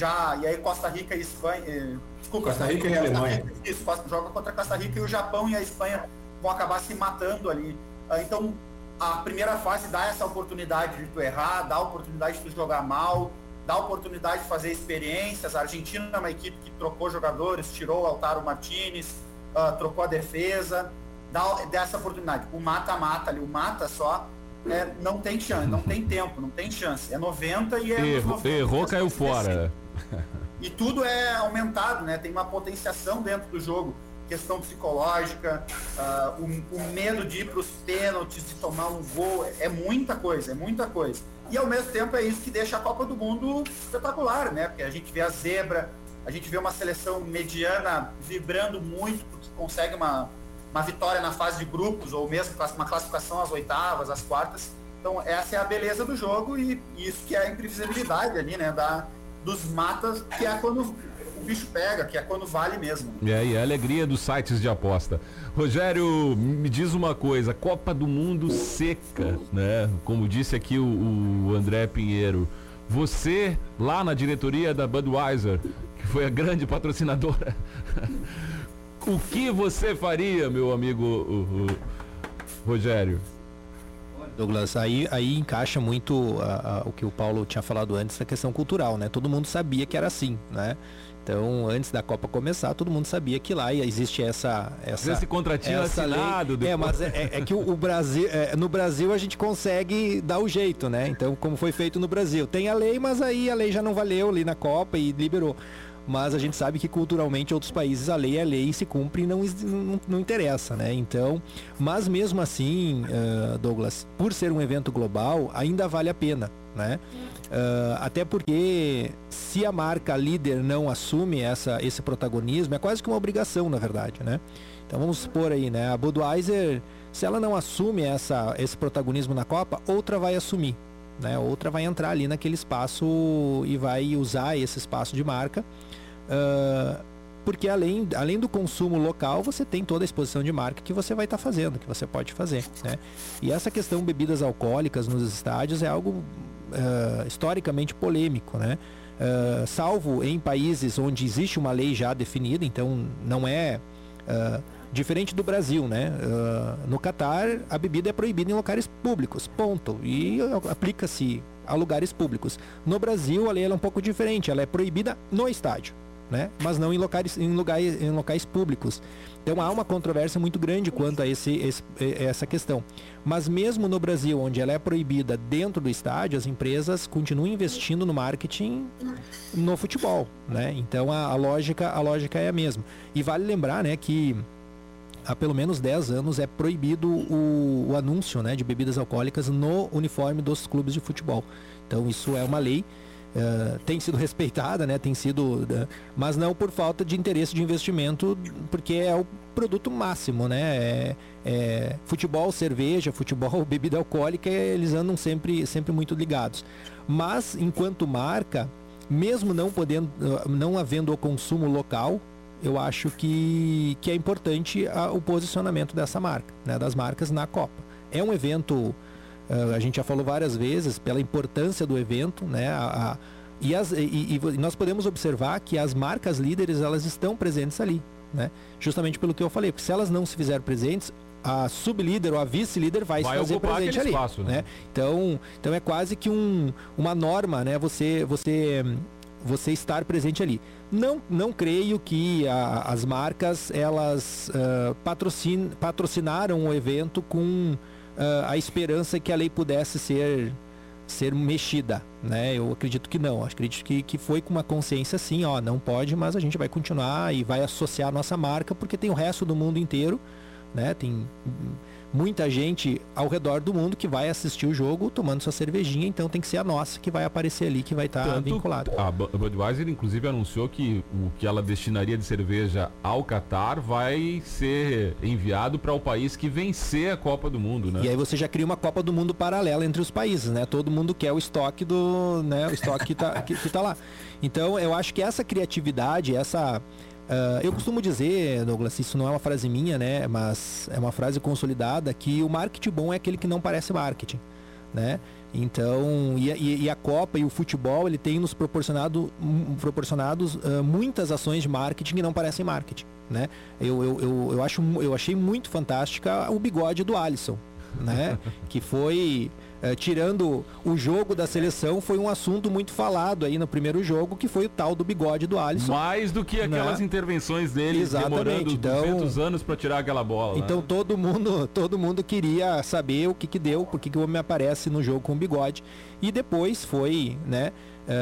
E aí Costa Rica e Espanha... Costa Rica e Alemanha. Isso, joga contra Costa Rica e o Japão e a Espanha vão acabar se matando ali. Então, a primeira fase dá essa oportunidade de tu errar, dá a oportunidade de tu jogar mal, dá a oportunidade de fazer experiências. A Argentina é uma equipe que trocou jogadores, tirou o Lautaro Martínez, trocou a defesa, dá essa oportunidade. O mata-mata ali, o mata só, não tem chance, não tem tempo, não tem chance. É 90 e errou, caiu fora. E tudo é aumentado, né? Tem uma potenciação dentro do jogo, questão psicológica, o medo de ir para os pênaltis, de tomar um gol, é muita coisa. E ao mesmo tempo é isso que deixa a Copa do Mundo espetacular, né? Porque a gente vê a zebra, a gente vê uma seleção mediana vibrando muito, porque consegue uma vitória na fase de grupos, ou mesmo uma classificação às oitavas, às quartas. Então essa é a beleza do jogo e isso que é a imprevisibilidade ali, né? Dos matas, que é quando o bicho pega, que é quando vale mesmo. E a alegria dos sites de aposta. Rogério, me diz uma coisa, Copa do Mundo seca, né? Como disse aqui o André Pinheiro, você lá na diretoria da Budweiser, que foi a grande patrocinadora, o que você faria, meu amigo Rogério? Douglas, aí encaixa muito o que o Paulo tinha falado antes, a questão cultural, né? Todo mundo sabia que era assim, né? Então, antes da Copa começar, todo mundo sabia que lá existe esse contratinho assinado. Mas é que o Brasil, no Brasil a gente consegue dar o jeito, né? Então, como foi feito no Brasil, tem a lei, mas aí a lei já não valeu ali na Copa e liberou. Mas a gente sabe que culturalmente em outros países a lei é lei e se cumpre e não interessa, né? Então, mas mesmo assim, Douglas, por ser um evento global, ainda vale a pena, né? Até porque se a marca líder não assume esse protagonismo, é quase que uma obrigação, na verdade, né? Então vamos supor aí, né? A Budweiser, se ela não assume esse protagonismo na Copa, outra vai assumir, né? Outra vai entrar ali naquele espaço e vai usar esse espaço de marca, porque além do consumo local, você tem toda a exposição de marca que você vai estar fazendo, que você pode fazer, né? E essa questão bebidas alcoólicas nos estádios é algo historicamente polêmico, né? salvo em países onde existe uma lei já definida, então não é diferente do Brasil, né? No Catar, a bebida é proibida em locais públicos, ponto. E aplica-se a lugares públicos. No Brasil, a lei é um pouco diferente, ela é proibida no estádio, né? Mas não em locais públicos. Então há uma controvérsia muito grande quanto a essa questão. Mas mesmo no Brasil, onde ela é proibida dentro do estádio, as empresas continuam investindo no marketing no futebol, né? Então a lógica é a mesma. E vale lembrar, né, que há pelo menos 10 anos é proibido o anúncio, né, de bebidas alcoólicas no uniforme dos clubes de futebol. Então isso é uma lei. Tem sido respeitada, né? Mas não por falta de interesse de investimento, porque é o produto máximo, né? Futebol, cerveja, futebol, bebida alcoólica, eles andam sempre muito ligados. Mas enquanto marca, mesmo não havendo o consumo local, eu acho que é importante o posicionamento dessa marca, né? Das marcas na Copa. É um evento. A gente já falou várias vezes pela importância do evento, né? E nós podemos observar que as marcas líderes, elas estão presentes ali, né? Justamente pelo que eu falei, porque se elas não se fizerem presentes, a sublíder ou a vice-líder vai se fazer presente ali, espaço, né? Então é quase que uma norma, né? Você estar presente ali. Não creio que as marcas, elas patrocinaram o evento com a esperança que a lei pudesse ser mexida, né? Eu acredito que não, acredito que foi com uma consciência assim, não pode, mas a gente vai continuar e vai associar a nossa marca, porque tem o resto do mundo inteiro, né? Tem muita gente ao redor do mundo que vai assistir o jogo tomando sua cervejinha, então tem que ser a nossa que vai aparecer ali, que vai estar vinculada. A Budweiser inclusive anunciou que o que ela destinaria de cerveja ao Catar vai ser enviado para o país que vencer a Copa do Mundo, né? E aí você já cria uma Copa do Mundo paralela entre os países, né? Todo mundo quer o estoque o estoque que tá lá. Então eu acho que essa criatividade, eu costumo dizer, Douglas, isso não é uma frase minha, né? Mas é uma frase consolidada, que o marketing bom é aquele que não parece marketing, né? Então, e a Copa e o futebol, ele tem nos proporcionados muitas ações de marketing que não parecem marketing, né? Eu achei muito fantástica o bigode do Alisson, né? Que foi... tirando o jogo da seleção, foi um assunto muito falado aí no primeiro jogo, que foi o tal do bigode do Alisson. Mais do que aquelas intervenções dele, demorando 200 anos para tirar aquela bola. Então, né? todo mundo queria saber o que deu, por que o homem aparece no jogo com o bigode. E depois foi, né?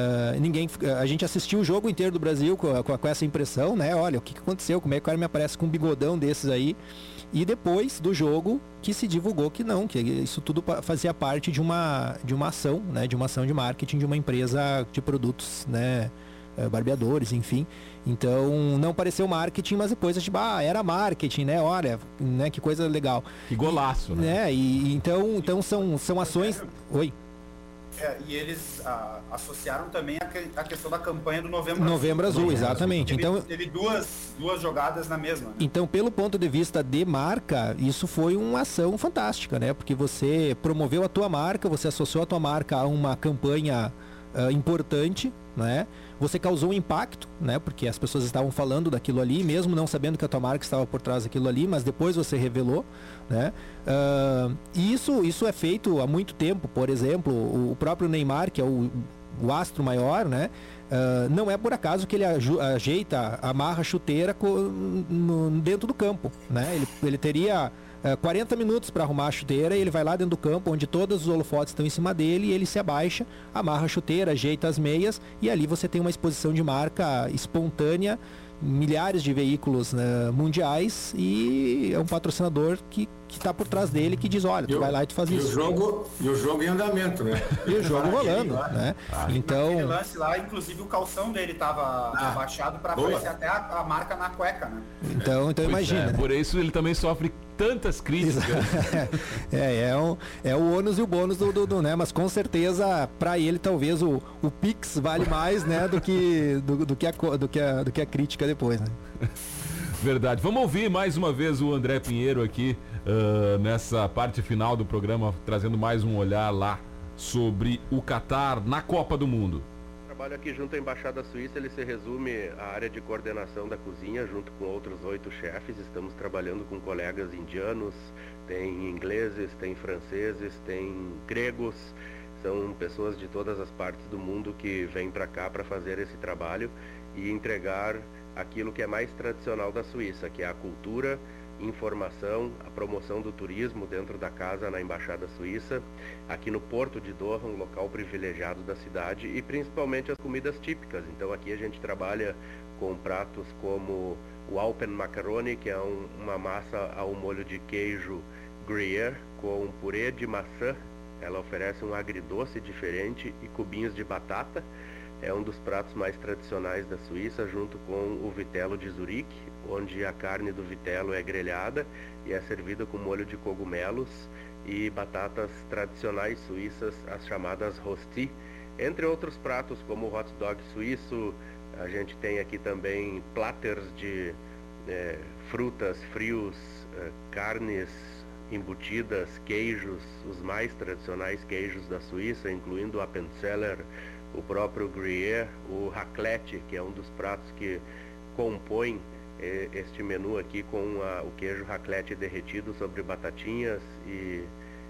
A gente assistiu o jogo inteiro do Brasil com essa impressão, né? Olha, o que aconteceu, como é que o cara me aparece com um bigodão desses aí. E depois do jogo que se divulgou que não, que isso tudo fazia parte de uma ação, né, de uma ação de marketing de uma empresa de produtos, né, barbeadores, enfim. Então não pareceu marketing, mas depois a gente, era marketing, né? Olha, né, que coisa legal. Que golaço, né? E então são ações. Oi. E eles associaram também a questão da campanha do Novembro Azul, exatamente. Teve duas jogadas na mesma, né? Então, pelo ponto de vista de marca, isso foi uma ação fantástica, né? Porque você promoveu a tua marca, você associou a tua marca a uma campanha importante, né? Você causou um impacto, né? Porque as pessoas estavam falando daquilo ali, mesmo não sabendo que a tua marca estava por trás daquilo ali, mas depois você revelou, né? E isso é feito há muito tempo. Por exemplo, o próprio Neymar, que é o astro maior, né? Não é por acaso que ele amarra a chuteira dentro do campo, né? Ele teria 40 minutos para arrumar a chuteira, e ele vai lá dentro do campo, onde todos os holofotes estão em cima dele, e ele se abaixa, amarra a chuteira, ajeita as meias, e ali você tem uma exposição de marca espontânea, milhares de veículos, né, mundiais, e é um patrocinador que está por trás dele, que diz, olha, tu vai lá e tu faz isso. E o jogo em andamento, né? E o jogo rolando, né? Então... Naquele lance lá, inclusive o calção dele estava abaixado para aparecer até a marca na cueca, né? Então imagina. Né? Por isso ele também sofre tantas críticas. É o ônus e o bônus do né? Mas com certeza, para ele, talvez o Pix vale mais, né, do que a crítica depois, né? Verdade. Vamos ouvir mais uma vez o André Pinheiro aqui nessa parte final do programa, trazendo mais um olhar lá sobre o Catar na Copa do Mundo. trabalho aqui junto à Embaixada Suíça, ele se resume à área de coordenação da cozinha, junto com outros 8 chefes. Estamos trabalhando com colegas indianos, tem ingleses, tem franceses, tem gregos. São pessoas de todas as partes do mundo que vêm para cá para fazer esse trabalho e entregar aquilo que é mais tradicional da Suíça, que é a cultura, informação, a promoção do turismo dentro da casa na Embaixada Suíça, aqui no Porto de Doha, um local privilegiado da cidade, e principalmente as comidas típicas. Então aqui a gente trabalha com pratos como o Alpen Macaroni, que é uma massa ao molho de queijo Gruyère com purê de maçã. Ela oferece um agridoce diferente e cubinhos de batata. É um dos pratos mais tradicionais da Suíça, junto com o vitelo de Zurique, onde a carne do vitelo é grelhada e é servida com molho de cogumelos e batatas tradicionais suíças, as chamadas rosti. Entre outros pratos, como o hot dog suíço, a gente tem aqui também platters de frutas, frios, carnes embutidas, queijos, os mais tradicionais queijos da Suíça, incluindo o Appenzeller, o próprio Gruyère, o raclette, que é um dos pratos que compõem este menu aqui, com o queijo raclette derretido sobre batatinhas e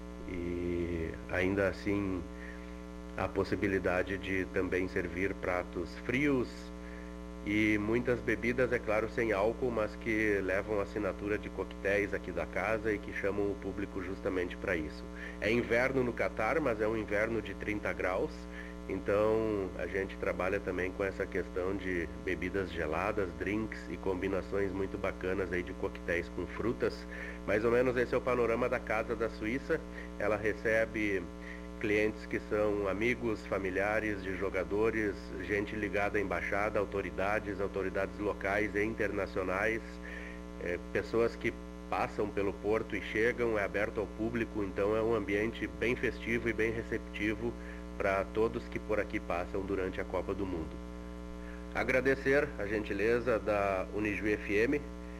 ainda assim a possibilidade de também servir pratos frios e muitas bebidas, é claro, sem álcool, mas que levam a assinatura de coquetéis aqui da casa e que chamam o público justamente para isso. É inverno no Catar, mas é um inverno de 30 graus, então a gente trabalha também com essa questão de bebidas geladas, drinks e combinações muito bacanas aí de coquetéis com frutas. Mais ou menos esse é o panorama da casa da Suíça. Ela recebe clientes que são amigos, familiares de jogadores, gente ligada à embaixada, autoridades locais e internacionais, pessoas que passam pelo porto e chegam, é aberto ao público, então é um ambiente bem festivo e bem receptivo para todos que por aqui passam durante a Copa do Mundo. Agradecer a gentileza da Unijuí FM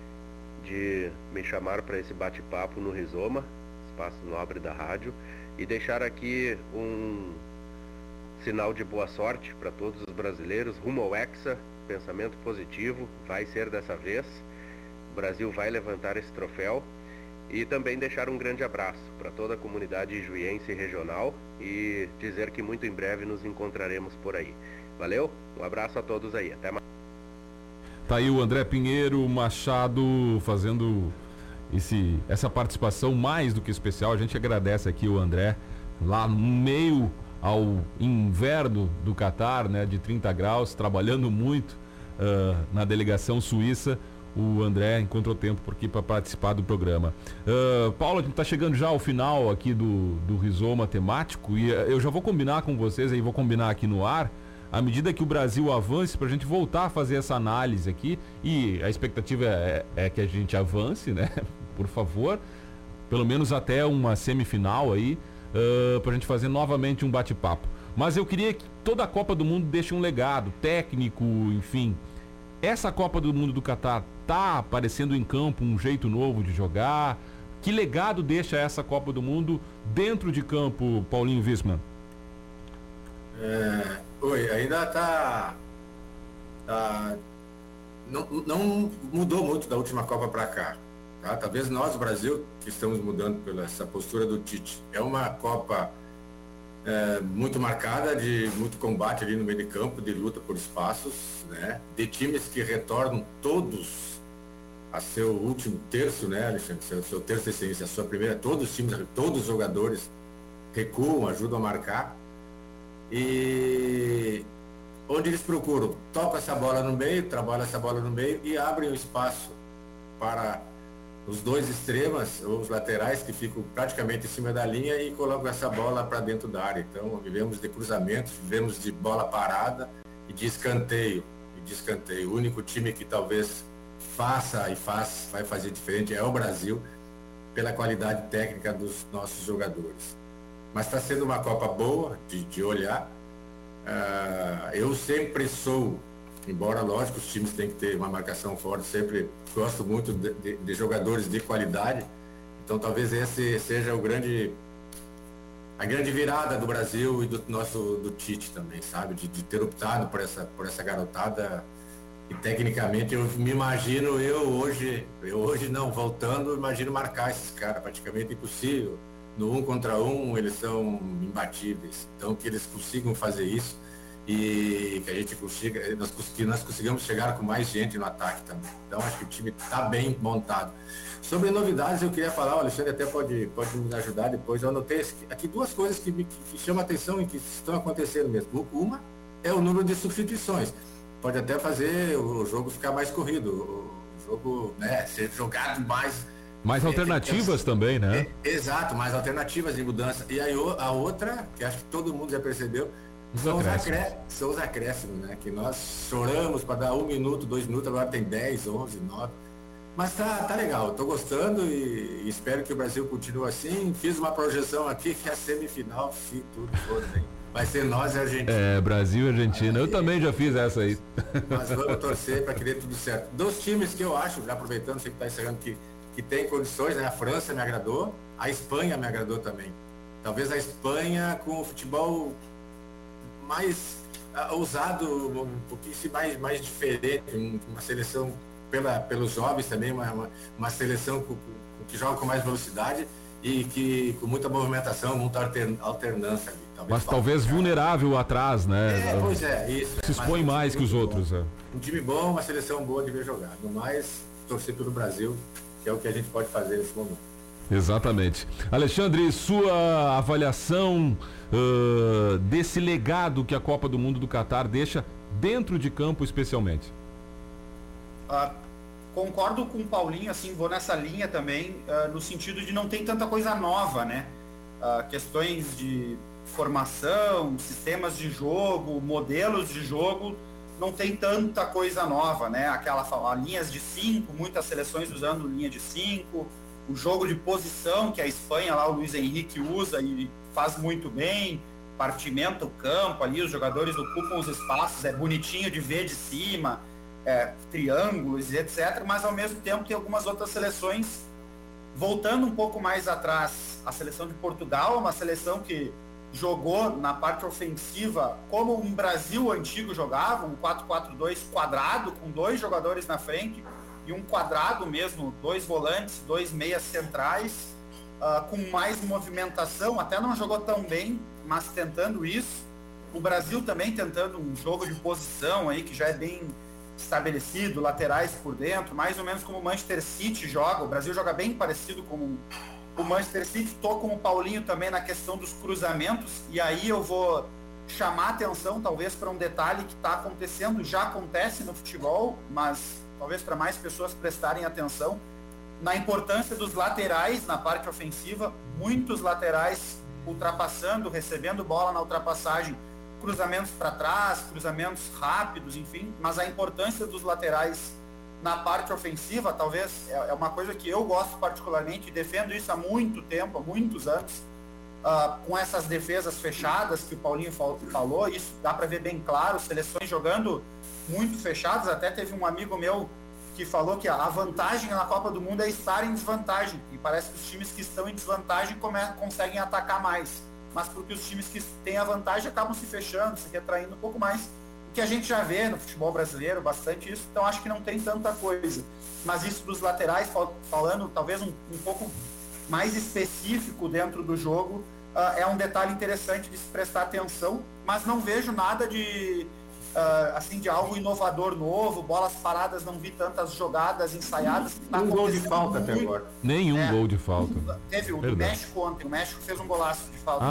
de me chamar para esse bate-papo no Rizoma, espaço nobre da rádio, e deixar aqui um sinal de boa sorte para todos os brasileiros rumo ao Hexa. Pensamento positivo, vai ser dessa vez, o Brasil vai levantar esse troféu, e também deixar um grande abraço para toda a comunidade ijuiense e regional e dizer que muito em breve nos encontraremos por aí. Valeu, um abraço a todos aí, até mais. Tá aí o André Pinheiro Machado fazendo essa participação mais do que especial. A gente agradece aqui o André, lá no meio ao inverno do Catar, né, de 30 graus, trabalhando muito na delegação suíça. O André encontrou tempo por aqui para participar do programa. Paulo, a gente está chegando já ao final aqui do Rizoma temático e eu já vou combinar com vocês, aí vou combinar aqui no ar, à medida que o Brasil avance, para a gente voltar a fazer essa análise aqui, e a expectativa é que a gente avance, né? Por favor, pelo menos até uma semifinal aí, para a gente fazer novamente um bate-papo. Mas eu queria que toda a Copa do Mundo deixe um legado técnico, enfim. Essa Copa do Mundo do Catar tá aparecendo em campo um jeito novo de jogar? Que legado deixa essa Copa do Mundo dentro de campo, Paulinho Wissmann? Ainda tá não mudou muito da última Copa para cá. Tá? Talvez nós, Brasil, que estamos mudando pela essa postura do Tite. É uma Copa muito marcada, de muito combate ali no meio de campo, de luta por espaços, né? De times que retornam todos a seu último terço, né, Alexandre? Seu terço de essência, a sua primeira, todos os times, todos os jogadores recuam, ajudam a marcar. E onde eles procuram, tocam essa bola no meio, trabalham essa bola no meio e abrem o espaço para os dois extremas, ou os laterais, que ficam praticamente em cima da linha e colocam essa bola para dentro da área. Então, vivemos de cruzamentos, vivemos de bola parada e de escanteio. O único time que talvez vai fazer diferente é o Brasil, pela qualidade técnica dos nossos jogadores. Mas está sendo uma Copa boa de olhar. Eu sempre sou, embora lógico os times têm que ter uma marcação forte, sempre gosto muito de jogadores de qualidade, então talvez esse seja a grande virada do Brasil e do Tite também, sabe? De ter optado por essa garotada. E tecnicamente eu me imagino, eu hoje não, voltando, imagino marcar esses caras, praticamente impossível. No 1 contra 1 eles são imbatíveis. Então que eles consigam fazer isso e que a gente consiga, nós consigamos chegar com mais gente no ataque também. Então acho que o time está bem montado. Sobre novidades eu queria falar, o Alexandre até pode nos ajudar depois. Eu anotei aqui duas coisas que chamam a atenção e que estão acontecendo mesmo. Uma é o número de substituições. Pode até fazer o jogo ficar mais corrido, o jogo, né, ser jogado mais alternativas também, né? Exato, mais alternativas de mudança. E aí a outra, que acho que todo mundo já percebeu, são os acréscimos, né? Que nós choramos para dar 1 minuto, 2 minutos, agora tem 10, 11, 9. Mas tá legal, tô gostando e espero que o Brasil continue assim. Fiz uma projeção aqui que a semifinal, se tudo for bem, vai ser nós e a Argentina. Brasil e Argentina. Eu também já fiz essa aí. Mas vamos torcer para que dê tudo certo. Dos times que eu acho, já aproveitando, você que está encerrando, que tem condições, né? A França me agradou, a Espanha me agradou também. Talvez a Espanha com o futebol mais ousado, um pouquinho mais diferente, uma seleção pelos jovens também, uma seleção que joga com mais velocidade e que com muita movimentação, muita alternância ali. Talvez vulnerável atrás, né? Pois é, isso. Se expõe mais que os outros. Um time bom, uma seleção boa de ver jogar. No mais, torcer pelo Brasil, que é o que a gente pode fazer nesse momento. Exatamente. Alexandre, sua avaliação desse legado que a Copa do Mundo do Catar deixa dentro de campo especialmente? Concordo com o Paulinho, assim, vou nessa linha também, no sentido de não ter tanta coisa nova, né? Questões de formação, sistemas de jogo, modelos de jogo, não tem tanta coisa nova, né? Linhas de 5, muitas seleções usando linha de 5, o jogo de posição que a Espanha lá, o Luiz Henrique usa e faz muito bem, partimenta o campo ali, os jogadores ocupam os espaços, é bonitinho de ver de cima, triângulos, etc. Mas ao mesmo tempo tem algumas outras seleções, voltando um pouco mais atrás, a seleção de Portugal é uma seleção que jogou na parte ofensiva como um Brasil antigo jogava, um 4-4-2 quadrado, com 2 jogadores na frente e um quadrado mesmo, 2 volantes, 2 meias centrais, com mais movimentação, até não jogou tão bem, mas tentando isso. O Brasil também tentando um jogo de posição aí que já é bem estabelecido, laterais por dentro, mais ou menos como o Manchester City joga. O Brasil joga bem parecido com o Manchester City. Tô com o Paulinho também na questão dos cruzamentos, e aí eu vou chamar atenção talvez para um detalhe que está acontecendo, já acontece no futebol, mas talvez para mais pessoas prestarem atenção, na importância dos laterais na parte ofensiva, muitos laterais ultrapassando, recebendo bola na ultrapassagem, cruzamentos para trás, cruzamentos rápidos, enfim, mas a importância dos laterais na parte ofensiva, talvez é uma coisa que eu gosto particularmente e defendo isso há muito tempo, há muitos anos, com essas defesas fechadas que o Paulinho falou, isso dá para ver bem claro, seleções jogando muito fechadas. Até teve um amigo meu que falou que a vantagem na Copa do Mundo é estar em desvantagem, e parece que os times que estão em desvantagem conseguem atacar mais, mas porque os times que têm a vantagem acabam se fechando, se retraindo um pouco mais, o que a gente já vê no futebol brasileiro, bastante isso. Então acho que não tem tanta coisa, mas isso dos laterais, falando talvez um pouco mais específico dentro do jogo, é um detalhe interessante de se prestar atenção, mas não vejo nada de assim, de algo inovador novo, bolas paradas, não vi tantas jogadas ensaiadas. Um gol de falta até agora. Nenhum gol de falta. Teve o do México ontem, o México fez um golaço de falta.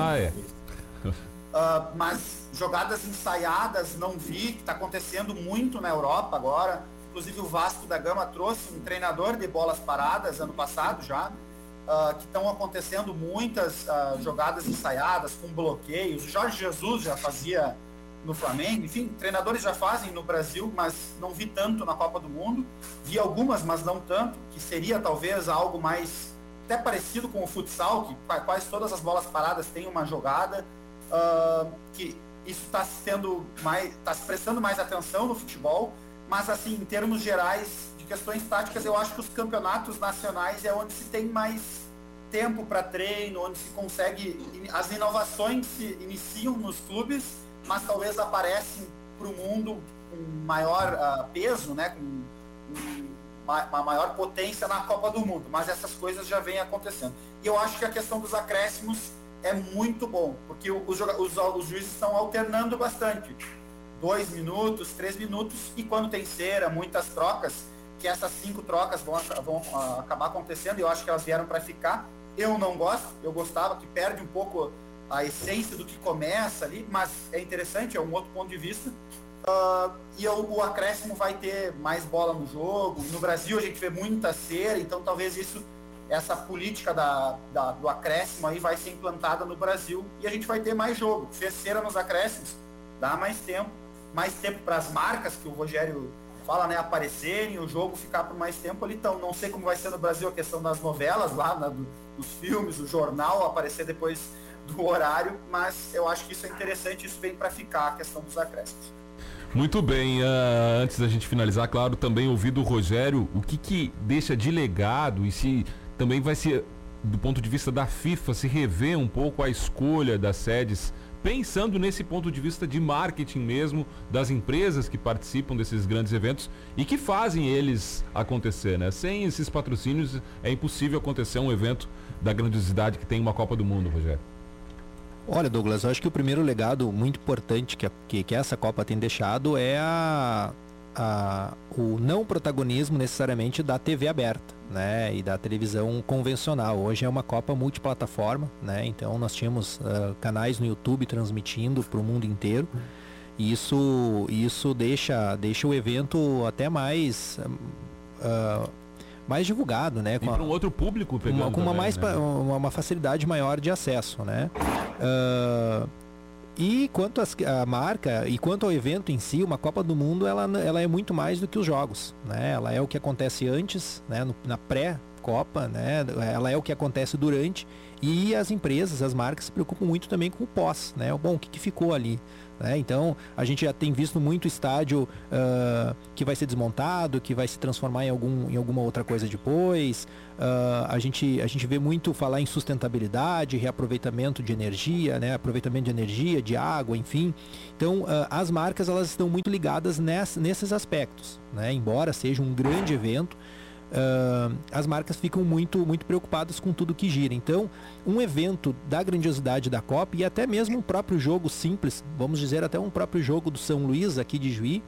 Mas jogadas ensaiadas não vi, que está acontecendo muito na Europa agora. Inclusive o Vasco da Gama trouxe um treinador de bolas paradas ano passado já, que estão acontecendo muitas jogadas ensaiadas com bloqueios. O Jorge Jesus já fazia no Flamengo, enfim, treinadores já fazem no Brasil, mas não vi tanto na Copa do Mundo. Vi algumas, mas não tanto, que seria talvez algo mais até parecido com o futsal, que quase todas as bolas paradas têm uma jogada, que isso está se prestando mais atenção no futebol, mas assim, em termos gerais de questões táticas, eu acho que os campeonatos nacionais é onde se tem mais tempo para treino, onde se consegue, as inovações se iniciam nos clubes, mas talvez aparecem para o mundo com maior peso, né, com uma maior potência na Copa do Mundo, mas essas coisas já vêm acontecendo. E eu acho que a questão dos acréscimos é muito bom, porque os juízes estão alternando bastante. 2 minutos, 3 minutos, e quando tem cera, muitas trocas, que essas 5 trocas vão acabar acontecendo, e eu acho que elas vieram para ficar. Eu não gosto, eu gostava, que perde um pouco a essência do que começa ali, mas é interessante, é um outro ponto de vista. E o acréscimo vai ter mais bola no jogo. No Brasil a gente vê muita cera, então talvez essa política do acréscimo aí vai ser implantada no Brasil e a gente vai ter mais jogo. Fez cera nos acréscimos, dá mais tempo para as marcas que o Rogério fala, né, aparecerem, o jogo ficar por mais tempo ali. Então não sei como vai ser no Brasil a questão das novelas lá, dos filmes, o jornal aparecer depois do horário, mas eu acho que isso é interessante, isso vem para ficar, a questão dos acréscimos. Muito bem, antes da gente finalizar, claro, também ouvir do Rogério o que deixa de legado e se também vai ser, do ponto de vista da FIFA, se rever um pouco a escolha das sedes, pensando nesse ponto de vista de marketing mesmo, das empresas que participam desses grandes eventos e que fazem eles acontecer, né? Sem esses patrocínios é impossível acontecer um evento da grandiosidade que tem uma Copa do Mundo, Rogério. Olha, Douglas, eu acho que o primeiro legado muito importante que essa Copa tem deixado é o não protagonismo necessariamente da TV aberta, né, e da televisão convencional. Hoje é uma Copa multiplataforma, né, então nós tínhamos canais no YouTube transmitindo para o mundo inteiro, e isso deixa o evento até mais divulgado, né? E para um outro público pegando com também, uma facilidade maior de acesso, né? E quanto a marca e quanto ao evento em si, uma Copa do Mundo ela é muito mais do que os jogos, né? Ela é o que acontece antes, né? Na pré-Copa, né? Ela é o que acontece durante, e as empresas, as marcas se preocupam muito também com o pós, né? Bom, o que ficou ali? Então a gente já tem visto muito estádio que vai ser desmontado, que vai se transformar em alguma outra coisa depois. A gente vê muito falar em sustentabilidade, reaproveitamento de energia, né? Aproveitamento de energia, de água, enfim. Então as marcas elas estão muito ligadas nesses aspectos, né? Embora seja um grande evento, as marcas ficam muito preocupadas com tudo que gira. Então, um evento da grandiosidade da Copa, e até mesmo um próprio jogo simples, vamos dizer até um próprio jogo do São Luís aqui de Juí,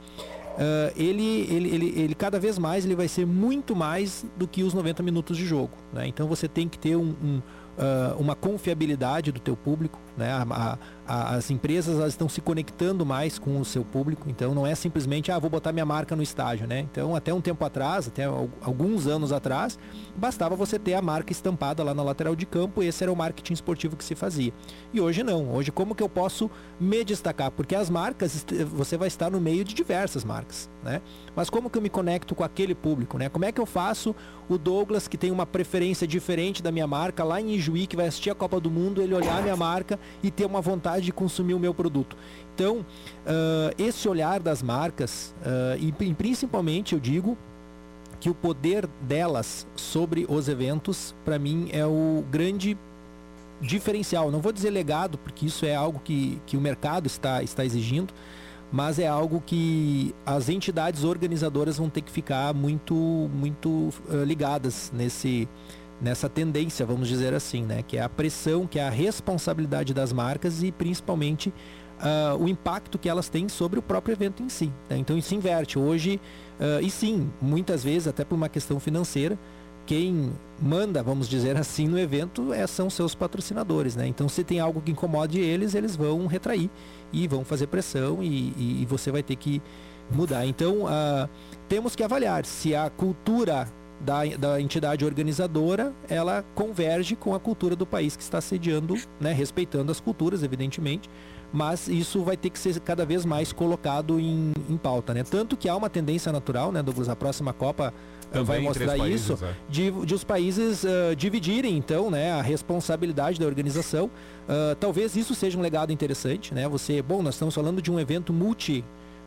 ele cada vez mais ele vai ser muito mais do que os 90 minutos de jogo, né? Então você tem que ter uma confiabilidade do teu público, né? As empresas elas estão se conectando mais com o seu público, então não é simplesmente vou botar minha marca no estádio, né? Então até um tempo atrás, até alguns anos atrás, bastava você ter a marca estampada lá na lateral de campo, e esse era o marketing esportivo que se fazia. E hoje não, hoje como que eu posso me destacar? Porque as marcas, você vai estar no meio de diversas marcas, né? Mas como que eu me conecto com aquele público, né? Como é que eu faço o Douglas, que tem uma preferência diferente da minha marca, lá em Ijuí, que vai assistir a Copa do Mundo, ele olhar a minha marca e ter uma vontade de consumir o meu produto? Então, esse olhar das marcas, e principalmente eu digo que o poder delas sobre os eventos, para mim, é o grande diferencial. Não vou dizer legado, porque isso é algo que o mercado está exigindo, mas é algo que as entidades organizadoras vão ter que ficar muito ligadas nessa tendência, vamos dizer assim, né? Que é a pressão, que é a responsabilidade das marcas e principalmente o impacto que elas têm sobre o próprio evento em si, né? Então isso inverte. Hoje, e sim, muitas vezes até por uma questão financeira, quem manda, vamos dizer assim, no evento são seus patrocinadores, né? Então se tem algo que incomode eles vão retrair e vão fazer pressão e você vai ter que mudar. Então temos que avaliar se a cultura da entidade organizadora ela converge com a cultura do país que está sediando, né? Respeitando as culturas, evidentemente, mas isso vai ter que ser cada vez mais colocado em pauta, né? Tanto que há uma tendência natural, né, Douglas? A próxima Copa vai mostrar isso, de os países dividirem, então, né, a responsabilidade da organização. Talvez isso seja um legado interessante, né? Nós estamos falando de um evento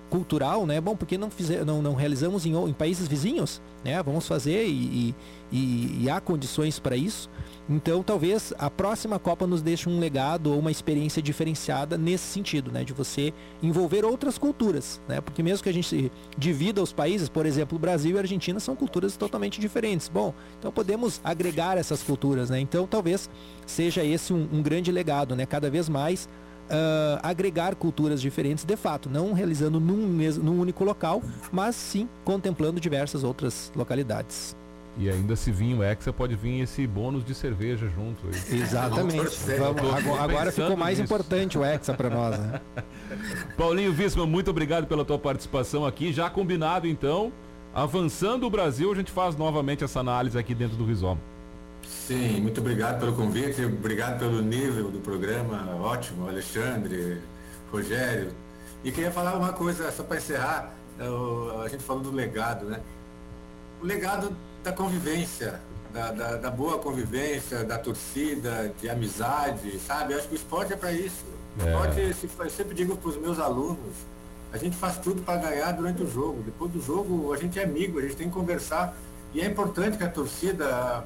cultural, né? Bom, por que não realizamos em países vizinhos, né? Vamos fazer e há condições para isso. Então, talvez a próxima Copa nos deixe um legado ou uma experiência diferenciada nesse sentido, né? De você envolver outras culturas, né? Porque mesmo que a gente divida os países, por exemplo, o Brasil e a Argentina são culturas totalmente diferentes. Bom, então podemos agregar essas culturas, né? Então, talvez seja esse um grande legado, né? Cada vez mais agregar culturas diferentes, de fato, não realizando num único local, mas sim contemplando diversas outras localidades. E ainda se vir o Hexa, pode vir esse bônus de cerveja junto. Exatamente. Agora ficou mais importante o Hexa para nós, né? Paulinho Visman, muito obrigado pela tua participação aqui. Já combinado, então, avançando o Brasil, a gente faz novamente essa análise aqui dentro do Rizoma. Sim, muito obrigado pelo convite, obrigado pelo nível do programa, ótimo, Alexandre, Rogério. E queria falar uma coisa, só para encerrar, a gente falou do legado, né? O legado da convivência, da boa convivência, da torcida, de amizade, sabe? Eu acho que o esporte é para isso. Eu sempre digo para os meus alunos, a gente faz tudo para ganhar durante o jogo. Depois do jogo, a gente é amigo, a gente tem que conversar. E é importante que a torcida,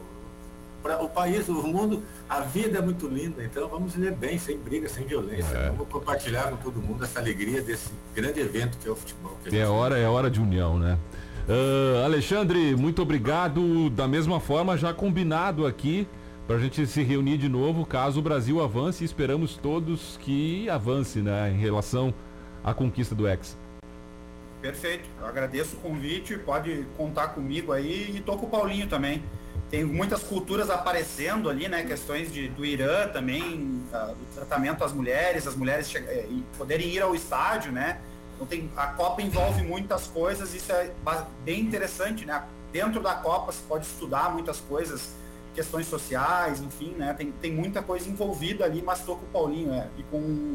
o país, o mundo, a vida é muito linda, então vamos viver bem, sem briga, sem violência. Vamos compartilhar com todo mundo essa alegria desse grande evento que é o futebol. É hora de união, né? Alexandre, muito obrigado. Da mesma forma, já combinado aqui para a gente se reunir de novo caso o Brasil avance, e esperamos todos que avance, né, em relação à conquista do Hexa. Perfeito, eu agradeço o convite, pode contar comigo aí, e tô com o Paulinho também. Tem muitas culturas aparecendo ali, né, questões do Irã também, do tratamento às mulheres, as mulheres poderem ir ao estádio, né. Então a Copa envolve muitas coisas, isso é bem interessante, né? Dentro da Copa se pode estudar muitas coisas, questões sociais, enfim, né? Tem muita coisa envolvida ali, mas estou com o Paulinho, e com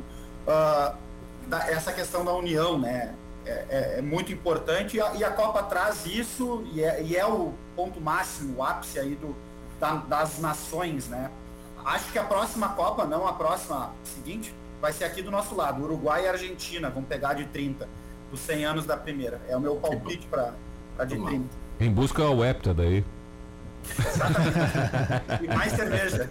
essa questão da união, né? É muito importante, e a Copa traz isso, e é o ponto máximo, o ápice aí das nações, né? Acho que a próxima Copa, não a próxima seguinte, vai ser aqui do nosso lado, Uruguai e Argentina, vão pegar de 30, dos 100 anos da primeira. É o meu palpite para de 30. Em busca ao Hepta daí. Exatamente. E mais cerveja.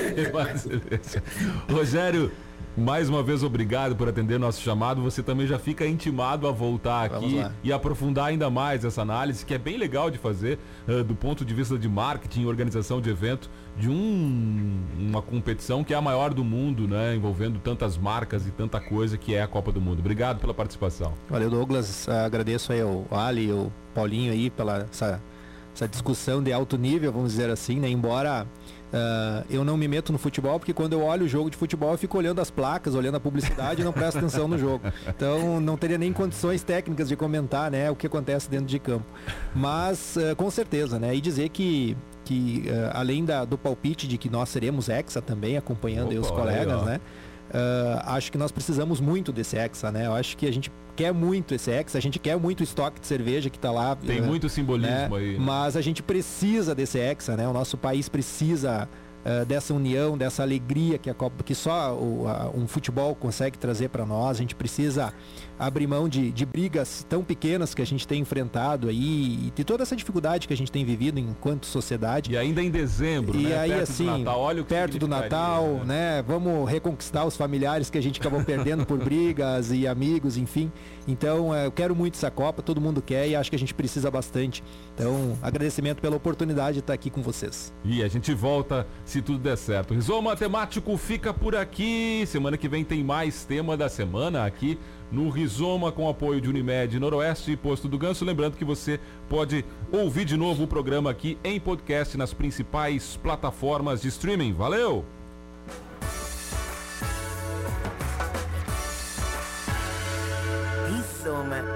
Rogério, mais uma vez obrigado por atender nosso chamado. Você também já fica intimado a voltar aqui e aprofundar ainda mais essa análise, que é bem legal de fazer do ponto de vista de marketing e organização de evento, de uma competição que é a maior do mundo, né, envolvendo tantas marcas e tanta coisa, que é a Copa do Mundo. Obrigado pela participação. Valeu, Douglas. Agradeço aí ao Ali e ao Paulinho aí pela essa discussão de alto nível, vamos dizer assim, né? Embora eu não me meto no futebol, porque quando eu olho o jogo de futebol eu fico olhando as placas, olhando a publicidade e não presto atenção no jogo. Então não teria nem condições técnicas de comentar, né, o que acontece dentro de campo. Mas com certeza, né? E dizer que além do palpite de que nós seremos Hexa também, acompanhando aí os colegas, né? Acho que nós precisamos muito desse Hexa, né? Eu acho que a gente quer muito esse Hexa, a gente quer muito o estoque de cerveja que está lá. Tem muito simbolismo aí. Né? Mas a gente precisa desse Hexa, né? O nosso país precisa dessa união, dessa alegria que só um futebol consegue trazer para nós. A gente precisa abrir mão de brigas tão pequenas que a gente tem enfrentado aí, e de toda essa dificuldade que a gente tem vivido enquanto sociedade. E ainda em dezembro, e né? aí, perto assim, do Natal, olha o que perto do Natal, né? Vamos reconquistar os familiares que a gente acabou perdendo por brigas e amigos, enfim. Então, eu quero muito essa Copa, todo mundo quer, e acho que a gente precisa bastante. Então, agradecimento pela oportunidade de estar aqui com vocês. E a gente volta se tudo der certo. Rizoma Matemático fica por aqui. Semana que vem tem mais tema da semana aqui no Rizoma, com apoio de Unimed Noroeste e Posto do Ganso. Lembrando que você pode ouvir de novo o programa aqui em podcast nas principais plataformas de streaming. Valeu! Rizoma.